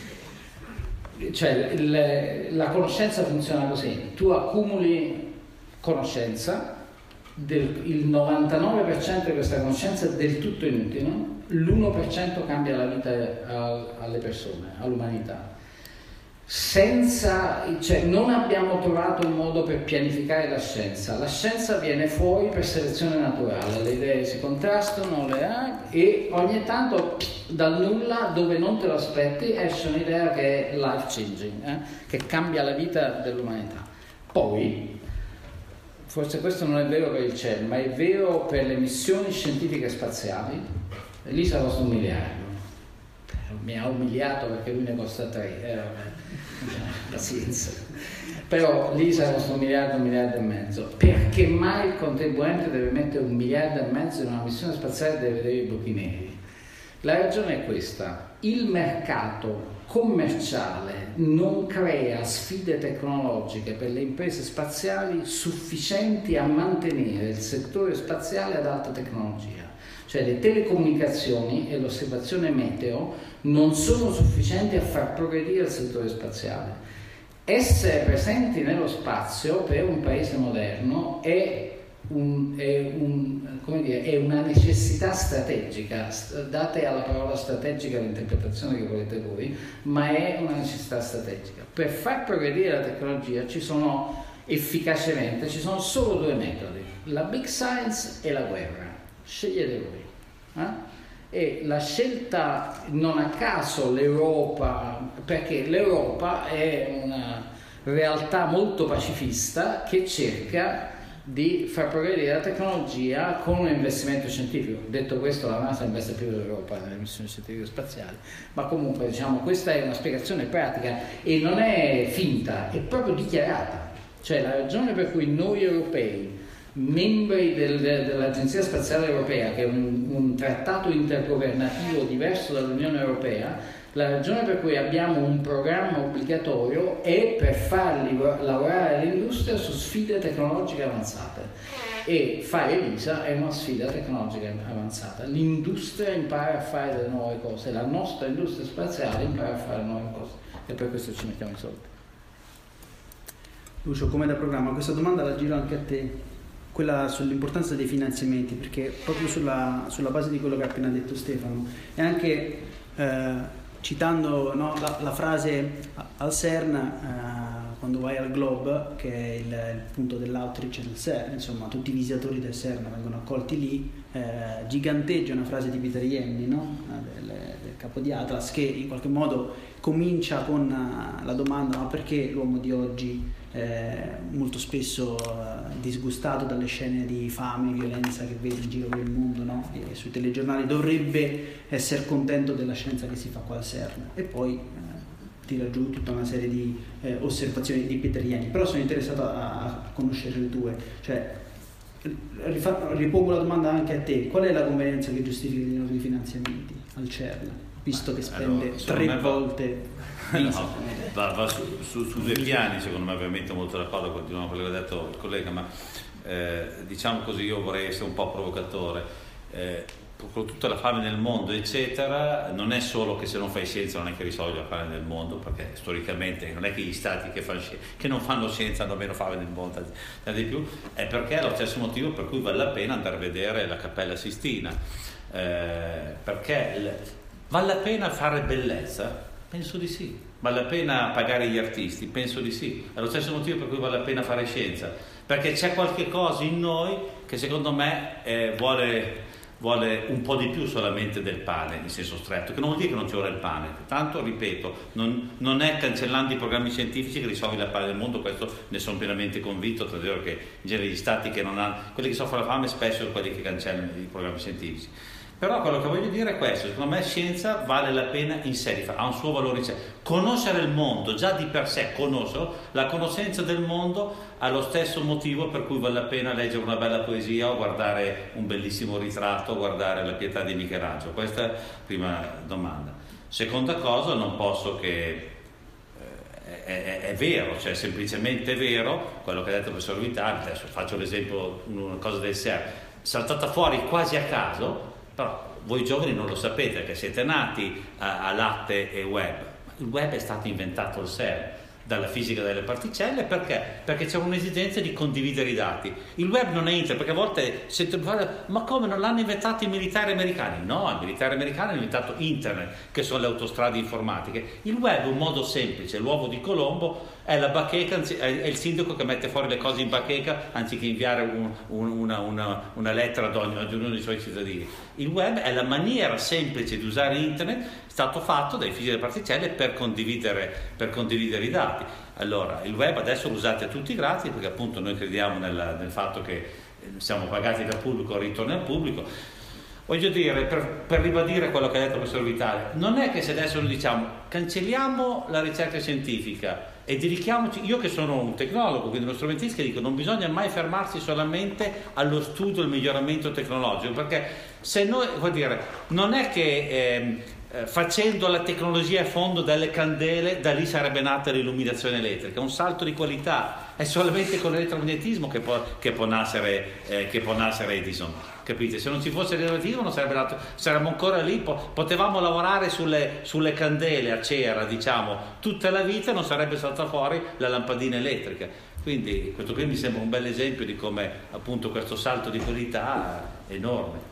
Cioè la conoscenza funziona così: tu accumuli conoscenza, il 99% di questa conoscenza è del tutto inutile, l'1% cambia la vita alle persone, all'umanità. Non abbiamo trovato un modo per pianificare la scienza viene fuori per selezione naturale, le idee si contrastano e ogni tanto dal nulla, dove non te lo aspetti, esce un'idea che è life changing, che cambia la vita dell'umanità. Poi forse questo non è vero per il CERN, ma è vero per le missioni scientifiche spaziali. L'ISA costa $1 miliardo. Mi ha umiliato perché lui ne costa 3. Pazienza. Però l'ISA costa $1 miliardo, $1,5 miliardi. Perché mai il contribuente deve mettere $1,5 miliardi in una missione spaziale e deve vedere i buchi neri? La ragione è questa: il mercato commerciale non crea sfide tecnologiche per le imprese spaziali sufficienti a mantenere il settore spaziale ad alta tecnologia. Cioè le telecomunicazioni e l'osservazione meteo non sono sufficienti a far progredire il settore spaziale. Essere presenti nello spazio per un paese moderno è una necessità strategica. Date alla parola strategica l'interpretazione che volete voi, ma è una necessità strategica. Per far progredire la tecnologia ci sono solo 2 metodi: la big science e la guerra. Scegliete voi. E la scelta, non a caso l'Europa, perché l'Europa è una realtà molto pacifista che cerca di far progredire la tecnologia con un investimento scientifico. Detto questo, la NASA investe più dell'Europa nelle missioni scientifiche spaziali, ma comunque diciamo questa è una spiegazione pratica e non è finta, è proprio dichiarata. Cioè la ragione per cui noi europei, membri dell'Agenzia Spaziale Europea, che è un trattato intergovernativo diverso dall'Unione Europea, la ragione per cui abbiamo un programma obbligatorio è per farli lavorare all'industria su sfide tecnologiche avanzate, e fare ELISA è una sfida tecnologica avanzata. L'industria impara a fare delle nuove cose, la nostra industria spaziale impara a fare nuove cose, e per questo ci mettiamo i soldi. Lucio, come da programma, questa domanda la giro anche a te, quella sull'importanza dei finanziamenti, perché proprio sulla base di quello che ha appena detto Stefano, e anche citando, no, la frase al CERN, quando vai al Globe, che è il punto dell'outreach del CERN, insomma tutti i visitatori del CERN vengono accolti lì, giganteggia una frase di Peter Jemny, no? del capo di Atlas, che in qualche modo comincia con la domanda: ma perché l'uomo di oggi molto spesso disgustato dalle scene di fame e violenza che vede in giro per il mondo, no? E sui telegiornali, dovrebbe essere contento della scienza che si fa qua al CERN? E poi tira giù tutta una serie di osservazioni di Peter Jemny. Però sono interessato a conoscere le tue, cioè ripongo la domanda anche a te: qual è la convenienza che giustifica i nostri finanziamenti al CERN, visto che spende tre volte? No, va su due piani, secondo me. Ovviamente molto d'accordo con quello che ha detto il collega, ma diciamo così, io vorrei essere un po' provocatore. Con tutta la fame nel mondo eccetera, non è solo che se non fai scienza non è che risolvi la fame nel mondo, perché storicamente non è che gli stati che non fanno scienza hanno meno fame nel mondo, di più, è perché è lo stesso motivo per cui vale la pena andare a vedere la Cappella Sistina, perché vale la pena fare bellezza? Penso di sì. Vale la pena pagare gli artisti? Penso di sì. È lo stesso motivo per cui vale la pena fare scienza, perché c'è qualche cosa in noi che secondo me vuole un po' di più solamente del pane, in senso stretto, che non vuol dire che non ci vuole il pane. Tanto, ripeto, non è cancellando i programmi scientifici che risolvi la fame del mondo, questo ne sono pienamente convinto, tra l'altro che in genere gli stati che non hanno, quelli che soffrono la fame spesso sono quelli che cancellano i programmi scientifici. Però quello che voglio dire è questo: secondo me scienza vale la pena in sé, ha un suo valore in sé. Conoscere il mondo già di per sé, la conoscenza del mondo ha lo stesso motivo per cui vale la pena leggere una bella poesia o guardare un bellissimo ritratto o guardare la Pietà di Michelangelo. Questa è la prima domanda. Seconda cosa, non posso che è vero, cioè semplicemente vero quello che ha detto il professor Vitali. Adesso faccio l'esempio, una cosa del CERN saltata fuori quasi a caso. Però voi giovani non lo sapete, che siete nati a latte e web. Il web è stato inventato al CERN dalla fisica delle particelle, perché? Perché c'è un'esigenza di condividere i dati. Il web non è internet, perché a volte sento dire: ma come, non l'hanno inventato i militari americani? No, i militari americani hanno inventato internet, che sono le autostrade informatiche. Il web è un modo semplice, l'uovo di Colombo è la bacheca, è il sindaco che mette fuori le cose in bacheca anziché inviare una lettera ad ognuno dei suoi cittadini. Il web è la maniera semplice di usare internet, stato fatto dai fisici delle particelle per condividere i dati. Allora, il web adesso lo usate tutti gratis, perché appunto noi crediamo nel fatto che siamo pagati dal pubblico, ritorni al pubblico. Voglio dire, per ribadire quello che ha detto il professor Vitali, non è che se adesso noi diciamo cancelliamo la ricerca scientifica e dedichiamoci, io che sono un tecnologo, quindi uno strumentista, dico non bisogna mai fermarsi solamente allo studio e al miglioramento tecnologico, perché se noi, vuol dire, non è che facendo la tecnologia a fondo delle candele da lì sarebbe nata l'illuminazione elettrica. Un salto di qualità è solamente con l'elettromagnetismo che può nascere Edison, capite? Se non ci fosse l'elettromagnetismo non sarebbe nato, saremmo ancora lì, potevamo lavorare sulle candele a cera, diciamo, tutta la vita, non sarebbe saltata fuori la lampadina elettrica. Quindi questo qui mi sembra un bel esempio di come appunto questo salto di qualità è enorme.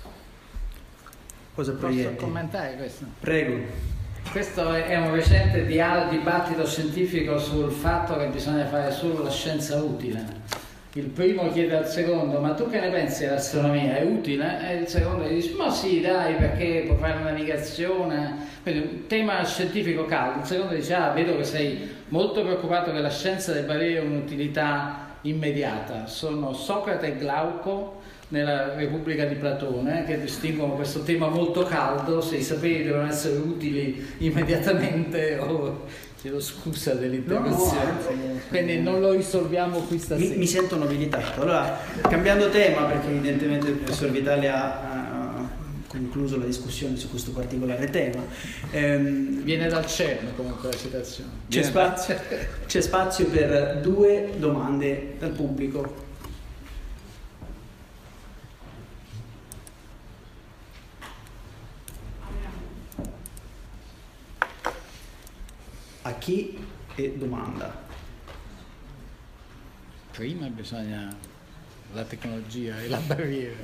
Cosa proietti? Posso commentare questo? Prego. Questo è un recente dibattito scientifico sul fatto che bisogna fare solo la scienza utile. il primo chiede al secondo: ma tu che ne pensi dell'astronomia? È utile? E il secondo gli dice: ma sì, dai, perché puoi fare navigazione. Quindi un tema scientifico caldo. Il secondo dice: ah, vedo che sei molto preoccupato che la scienza debba avere un'utilità immediata. Sono Socrate e Glauco nella Repubblica di Platone che distinguono questo tema molto caldo, se i saperi devono essere utili immediatamente o... Chiedo scusa dell'interruzione, quindi non lo risolviamo qui stasera. Mi sento nobilitato. Allora, cambiando tema, perché evidentemente il professor Vitale ha concluso la discussione su questo particolare tema. Viene dal CERN comunque la citazione. C'è spazio per 2 domande dal pubblico. A chi è domanda? Prima bisogna la tecnologia e la barriera.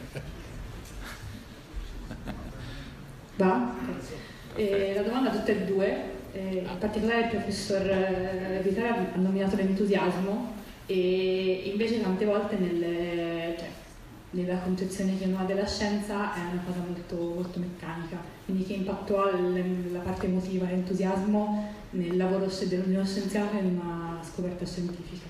Va? La domanda a tutte e due, in particolare il professor Vitale ha nominato l'entusiasmo, e invece tante volte nella concezione che uno ha della scienza è una cosa molto, molto meccanica. Quindi che impatto ha la parte emotiva, l'entusiasmo nel lavoro di uno scienziato in una scoperta scientifica?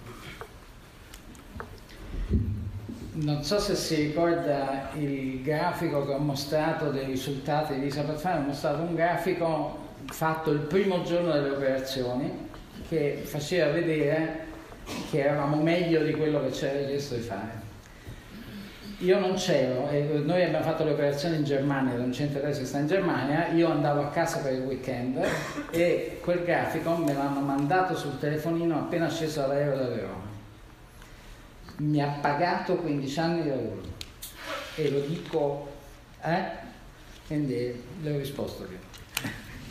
Non so se si ricorda il grafico che ho mostrato dei risultati di Lisa Pazfani. Ho mostrato un grafico fatto il primo giorno delle operazioni che faceva vedere che eravamo meglio di quello che ci era chiesto di fare. Io non c'ero, e noi abbiamo fatto le operazioni in Germania, da un centro tedesco che sta in Germania. Io andavo a casa per il weekend e quel grafico me l'hanno mandato sul telefonino appena sceso dall'aereo da Verona. Mi ha pagato 15 anni di lavoro, e lo dico, quindi le ho risposto che...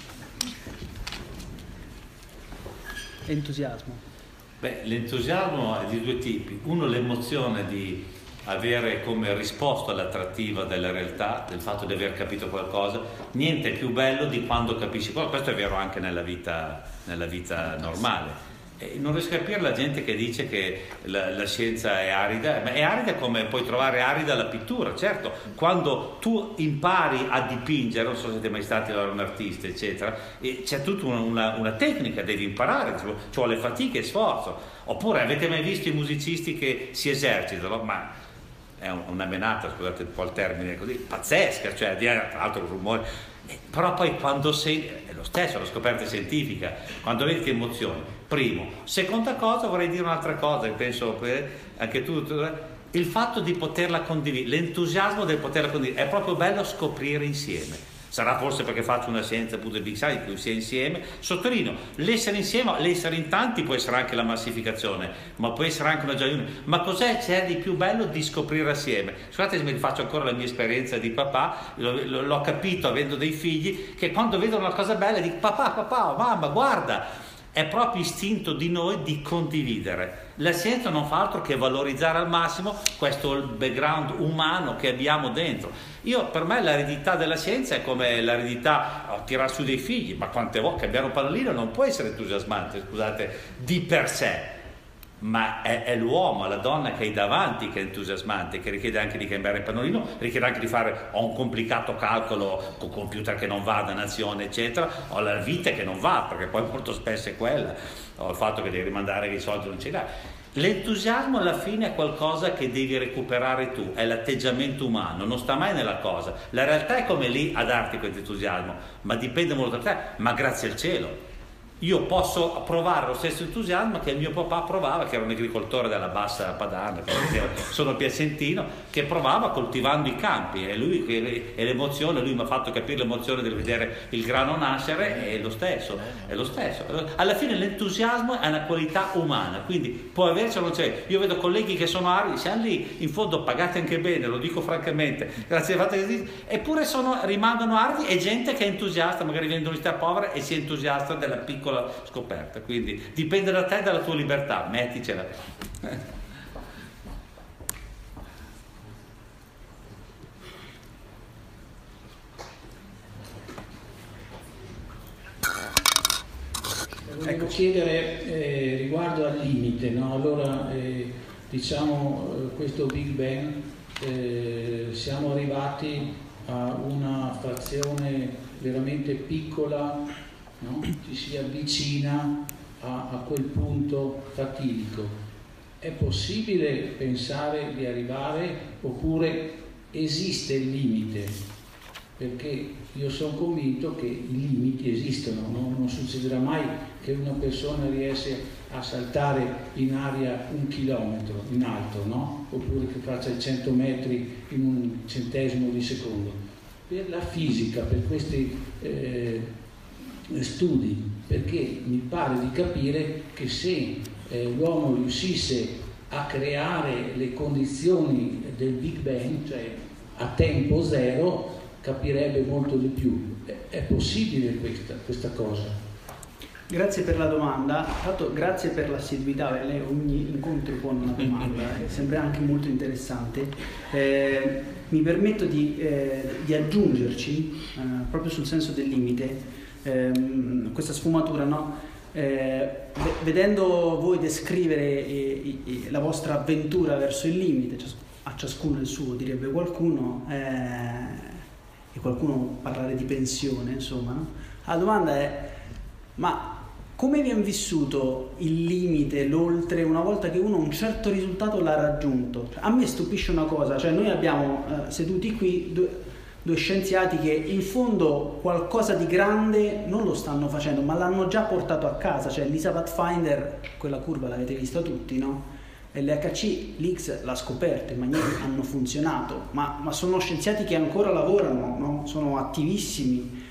Entusiasmo. Beh, l'entusiasmo è di 2 tipi. Uno, l'emozione di avere come risposta all'attrattiva della realtà, del fatto di aver capito qualcosa. Niente è più bello di quando capisci qualcosa. Questo è vero anche nella vita normale. E non riesco a capire la gente che dice che la scienza è arida. Ma è arida come puoi trovare arida la pittura. Certo, quando tu impari a dipingere, non so se siete mai stati un artista, eccetera, e c'è tutta una tecnica, devi imparare, ci vuole fatica e sforzo. Oppure avete mai visto i musicisti che si esercitano? Ma è una menata, scusate un po' il termine così, pazzesca, cioè tra l'altro rumore. Però poi quando sei, è lo stesso, la scoperta scientifica, quando vedi ti emozioni. Primo. Seconda cosa, vorrei dire un'altra cosa, che penso anche tu, il fatto di poterla condividere, l'entusiasmo del poterla condividere, è proprio bello scoprire insieme. Sarà forse perché faccio una scienza appunto di Big Science in cui si è insieme. Sottolineo, l'essere insieme, l'essere in tanti può essere anche la massificazione, ma può essere anche una gioia. Ma c'è di più bello di scoprire assieme? Scusate se mi rifaccio ancora la mia esperienza di papà, l'ho capito avendo dei figli, che quando vedono una cosa bella dico papà, mamma, guarda. È proprio istinto di noi di condividere. La scienza non fa altro che valorizzare al massimo questo background umano che abbiamo dentro. Per me l'eredità della scienza è come l'eredità tirar su dei figli, ma quante volte cambiare un pannolino non può essere entusiasmante, scusate, di per sé. Ma è l'uomo, la donna che hai davanti che è entusiasmante, che richiede anche di cambiare il pannolino, richiede anche di fare un complicato calcolo con computer che non va, dannazione eccetera, o la vita che non va, perché poi molto spesso è quella, o il fatto che devi rimandare i soldi non ce l'hai. L'entusiasmo alla fine è qualcosa che devi recuperare tu, è l'atteggiamento umano, non sta mai nella cosa. La realtà è come lì a darti questo entusiasmo, ma dipende molto da te, ma grazie al cielo. Io posso provare lo stesso entusiasmo che il mio papà provava, che era un agricoltore della bassa padana, sono piacentino, che provava coltivando i campi, e l'emozione, lui mi ha fatto capire l'emozione del vedere il grano nascere, è lo stesso. Alla fine l'entusiasmo è una qualità umana, quindi può averci o non c'è. Io vedo colleghi che sono aridi, siamo lì, in fondo pagati anche bene, lo dico francamente, grazie al fatto che esiste, eppure rimangono aridi, e gente che è entusiasta, magari viene da un'università povera e si è entusiasta della piccola scoperta. Quindi dipende da te e dalla tua libertà, metticela. Volevo chiedere riguardo al limite, no? Allora questo Big Bang, siamo arrivati a una frazione veramente piccola, no? Ci si avvicina a quel punto fatidico. È possibile pensare di arrivare, oppure esiste il limite? Perché io sono convinto che i limiti esistono, no? Non succederà mai che una persona riesce a saltare in aria 1 chilometro in alto, no? Oppure che faccia 100 metri in un centesimo di secondo. Per la fisica, per questi studi, perché mi pare di capire che se l'uomo riuscisse a creare le condizioni del Big Bang, cioè a tempo zero, capirebbe molto di più. È possibile questa cosa? Grazie per la domanda, tanto grazie per l'assiduità, lei ogni incontro pone una domanda, è sempre anche molto interessante. Mi permetto di aggiungerci, proprio sul senso del limite, questa sfumatura, no? Vedendo voi descrivere la vostra avventura verso il limite, a ciascuno il suo, direbbe qualcuno, e qualcuno parlare di pensione, insomma, no? La domanda è: ma come viene vissuto il limite, l'oltre, una volta che uno un certo risultato l'ha raggiunto? A me stupisce una cosa, cioè noi abbiamo seduti qui due scienziati che in fondo qualcosa di grande non lo stanno facendo, ma l'hanno già portato a casa, cioè Lisa Pathfinder, quella curva l'avete vista tutti, no? L'HC, l'X l'ha scoperto, i magneti hanno funzionato, ma sono scienziati che ancora lavorano, no? Sono attivissimi.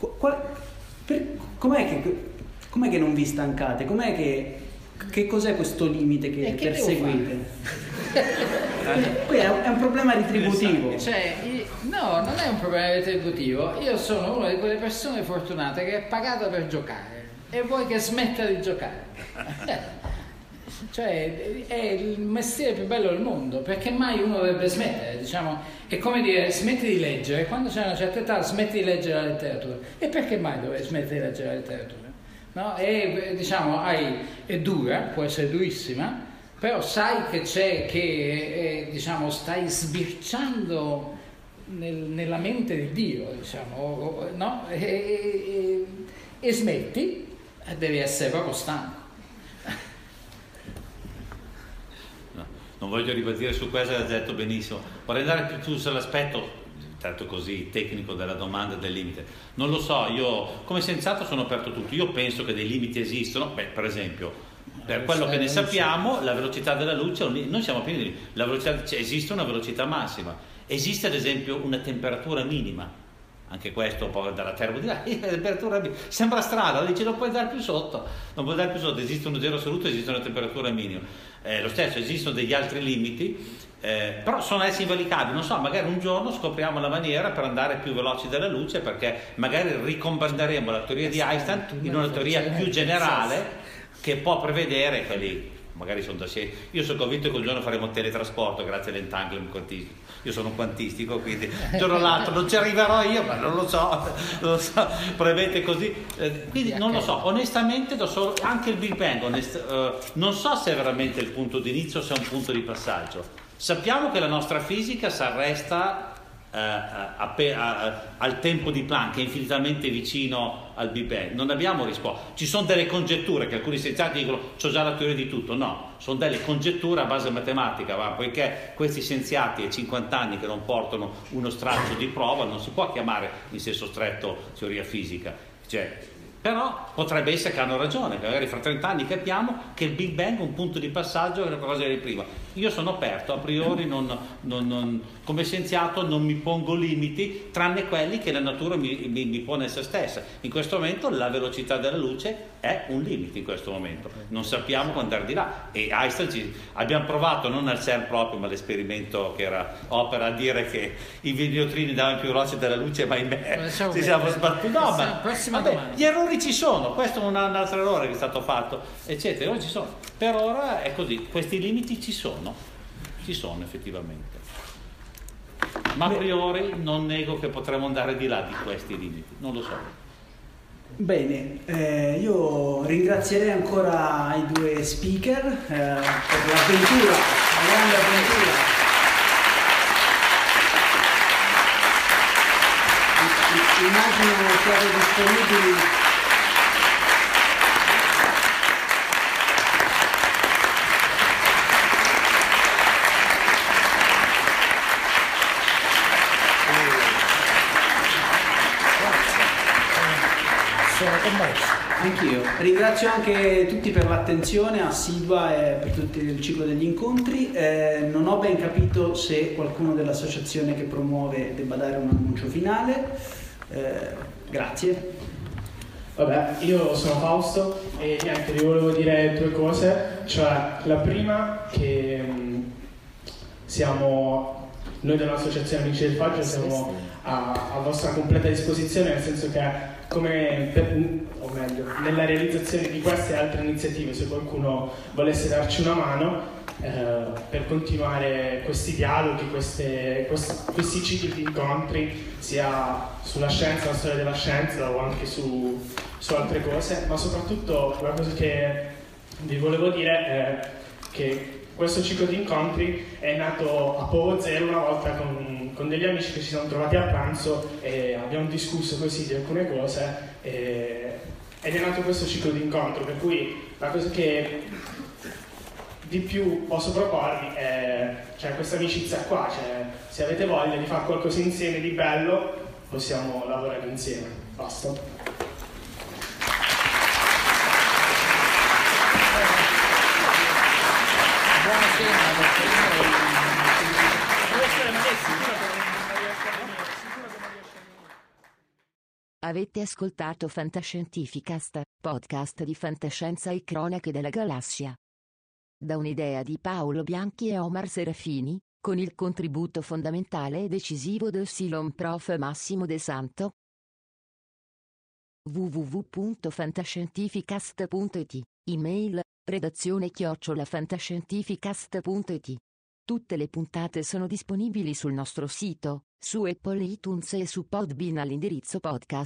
Com'è che non vi stancate? Che cos'è questo limite che perseguite? Qui è un problema retributivo. No, non è un problema retributivo. Io sono una di quelle persone fortunate che è pagata per giocare e vuoi che smetta di giocare. Cioè è il mestiere più bello del mondo, perché mai uno dovrebbe smettere, diciamo, è come dire smetti di leggere, quando c'è una certa età smetti di leggere la letteratura, e perché mai dovrei smettere di leggere la letteratura? No? E diciamo è dura, può essere durissima, però sai che c'è, che diciamo stai sbirciando nella mente di Dio, diciamo, no? E smetti, devi essere proprio stanco. Non voglio ribadire su questo, l'ha detto benissimo, vorrei andare più sull'aspetto tanto così tecnico della domanda del limite. Non lo so, io come scienziato sono aperto a tutto, io penso che dei limiti esistono. Per esempio, per quello che ne sappiamo, la velocità della luce, noi siamo pieni di la velocità, esiste una velocità massima, esiste ad esempio una temperatura minima. Anche questo poi dalla termodinamica, la temperatura sembra strana, dice non puoi andare più sotto, esiste uno zero assoluto, esiste una temperatura minima. Lo stesso, esistono degli altri limiti, però sono essi invalicabili. Non so, magari un giorno scopriamo la maniera per andare più veloci della luce, perché magari ricombineremo la teoria di Einstein in una teoria più generale che può prevedere quelli. Magari sono da sé. Io sono convinto che un giorno faremo teletrasporto grazie all'entanglement quantistico. Io sono un quantistico, quindi un giorno o l'altro non ci arriverò io, ma non lo so, prevede così. Quindi non lo so, onestamente anche il Big Bang, non so se è veramente il punto di inizio o se è un punto di passaggio. Sappiamo che la nostra fisica si arresta al tempo di Planck, è infinitamente vicino al Big Bang. Non abbiamo risposta. Ci sono delle congetture che alcuni scienziati dicono c'ho già la teoria di tutto. No, sono delle congetture a base matematica, poiché questi scienziati a 50 anni che non portano uno straccio di prova, non si può chiamare in senso stretto teoria fisica. Però potrebbe essere che hanno ragione, che magari fra 30 anni capiamo che il Big Bang è un punto di passaggio che è una cosa di prima. Io sono aperto, a priori come scienziato non mi pongo limiti, tranne quelli che la natura mi pone a se stessa. In questo momento la velocità della luce è un limite in questo momento, non sappiamo quando andare di là. E Einstein abbiamo provato, non al CERN proprio, ma l'esperimento che era opera, a dire che i videotrini davano più veloce della luce, ma ahimè ci siamo sbattuti. No, ma gli errori ci sono, questo è un altro errore che è stato fatto, eccetera. Ora ci sono. Per ora è così, questi limiti ci sono effettivamente. Ma a priori non nego che potremmo andare di là di questi limiti, non lo so. Bene, io ringrazierei ancora i due speaker per l'avventura, la grande avventura. Immagino siate disponibili. Anch'io. Ringrazio anche tutti per l'attenzione assidua e per tutto il ciclo degli incontri. Non ho ben capito se qualcuno dell'associazione che promuove debba dare un annuncio finale. Grazie. Vabbè, io sono Fausto e niente, vi volevo dire due cose. Cioè, la prima che siamo, noi dell'associazione Amici del Faggio siamo a vostra completa disposizione, nel senso che o meglio, nella realizzazione di queste e altre iniziative, se qualcuno volesse darci una mano per continuare questi dialoghi, questi cicli di incontri, sia sulla scienza, la storia della scienza o anche su altre cose, ma soprattutto la cosa che vi volevo dire è che questo ciclo di incontri è nato a Povo Zero una volta con degli amici che ci siamo trovati a pranzo e abbiamo discusso così di alcune cose ed è nato questo ciclo di incontro, per cui la cosa che di più posso proporvi è questa amicizia qua, se avete voglia di fare qualcosa insieme di bello possiamo lavorare insieme, basta. Avete ascoltato Fantascientificast, podcast di fantascienza e cronache della galassia. Da un'idea di Paolo Bianchi e Omar Serafini, con il contributo fondamentale e decisivo del Silon Prof. Massimo De Santo. www.fantascientificast.it, email, redazione@fantascientificast.it. Tutte le puntate sono disponibili sul nostro sito, su Apple iTunes e su Podbean all'indirizzo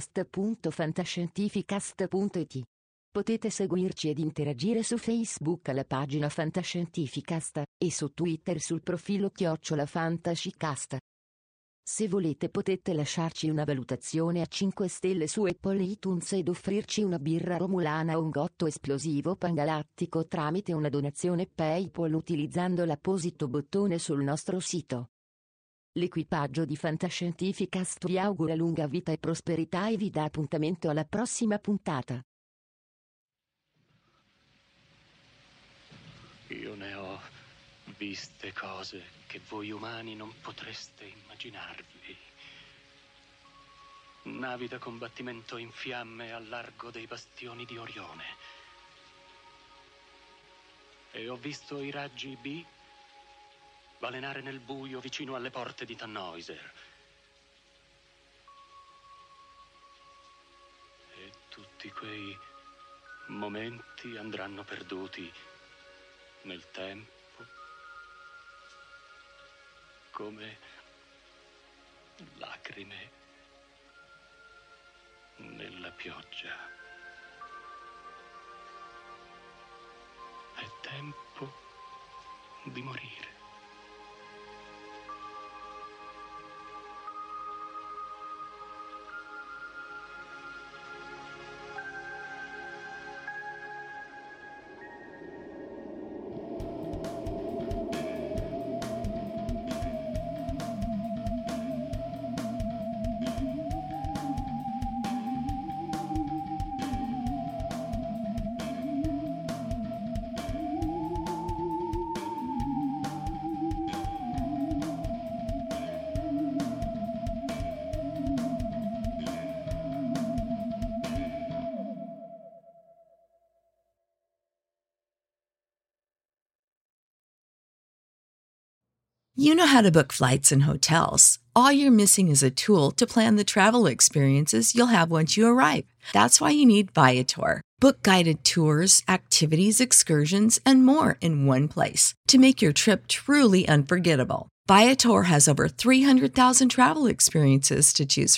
podcast.fantascientificast.it. Potete seguirci ed interagire su Facebook alla pagina Fantascientificast e su Twitter sul profilo @fantascicast. Se volete potete lasciarci una valutazione a 5 stelle su Apple iTunes ed offrirci una birra romulana o un gotto esplosivo pangalattico tramite una donazione PayPal utilizzando l'apposito bottone sul nostro sito. L'equipaggio di Fantascientificast vi augura lunga vita e prosperità e vi dà appuntamento alla prossima puntata. Io ne ho viste cose che voi umani non potreste immaginarvi. Navi da combattimento in fiamme al largo dei bastioni di Orione. E ho visto i raggi B balenare nel buio vicino alle porte di Tannhäuser. E tutti quei momenti andranno perduti nel tempo, come lacrime nella pioggia. È tempo di morire. You know how to book flights and hotels. All you're missing is a tool to plan the travel experiences you'll have once you arrive. That's why you need Viator. Book guided tours, activities, excursions, and more in one place to make your trip truly unforgettable. Viator has over 300,000 travel experiences to choose from.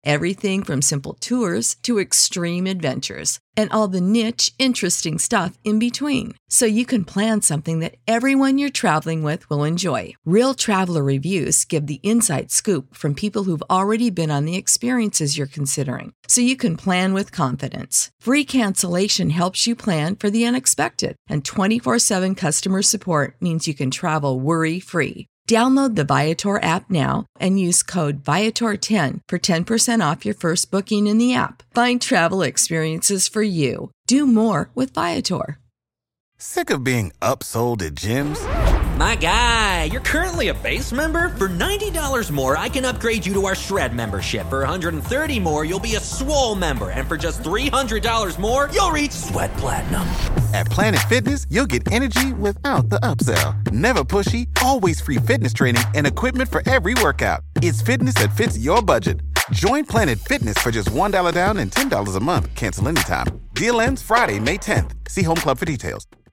Everything from simple tours to extreme adventures, and all the niche, interesting stuff in between. So you can plan something that everyone you're traveling with will enjoy. Real traveler reviews give the inside scoop from people who've already been on the experiences you're considering. So you can plan with confidence. Free cancellation helps you plan for the unexpected. And 24/7 customer support means you can travel worry-free. Download the Viator app now and use code Viator10 for 10% off your first booking in the app. Find travel experiences for you. Do more with Viator. Sick of being upsold at gyms? My guy, you're currently a base member. For $90 more, I can upgrade you to our Shred membership. For $130 more, you'll be a Swole member. And for just $300 more, you'll reach Sweat Platinum. At Planet Fitness, you'll get energy without the upsell. Never pushy, always free fitness training and equipment for every workout. It's fitness that fits your budget. Join Planet Fitness for just $1 down and $10 a month. Cancel anytime. Deal ends Friday, May 10th. See Home Club for details.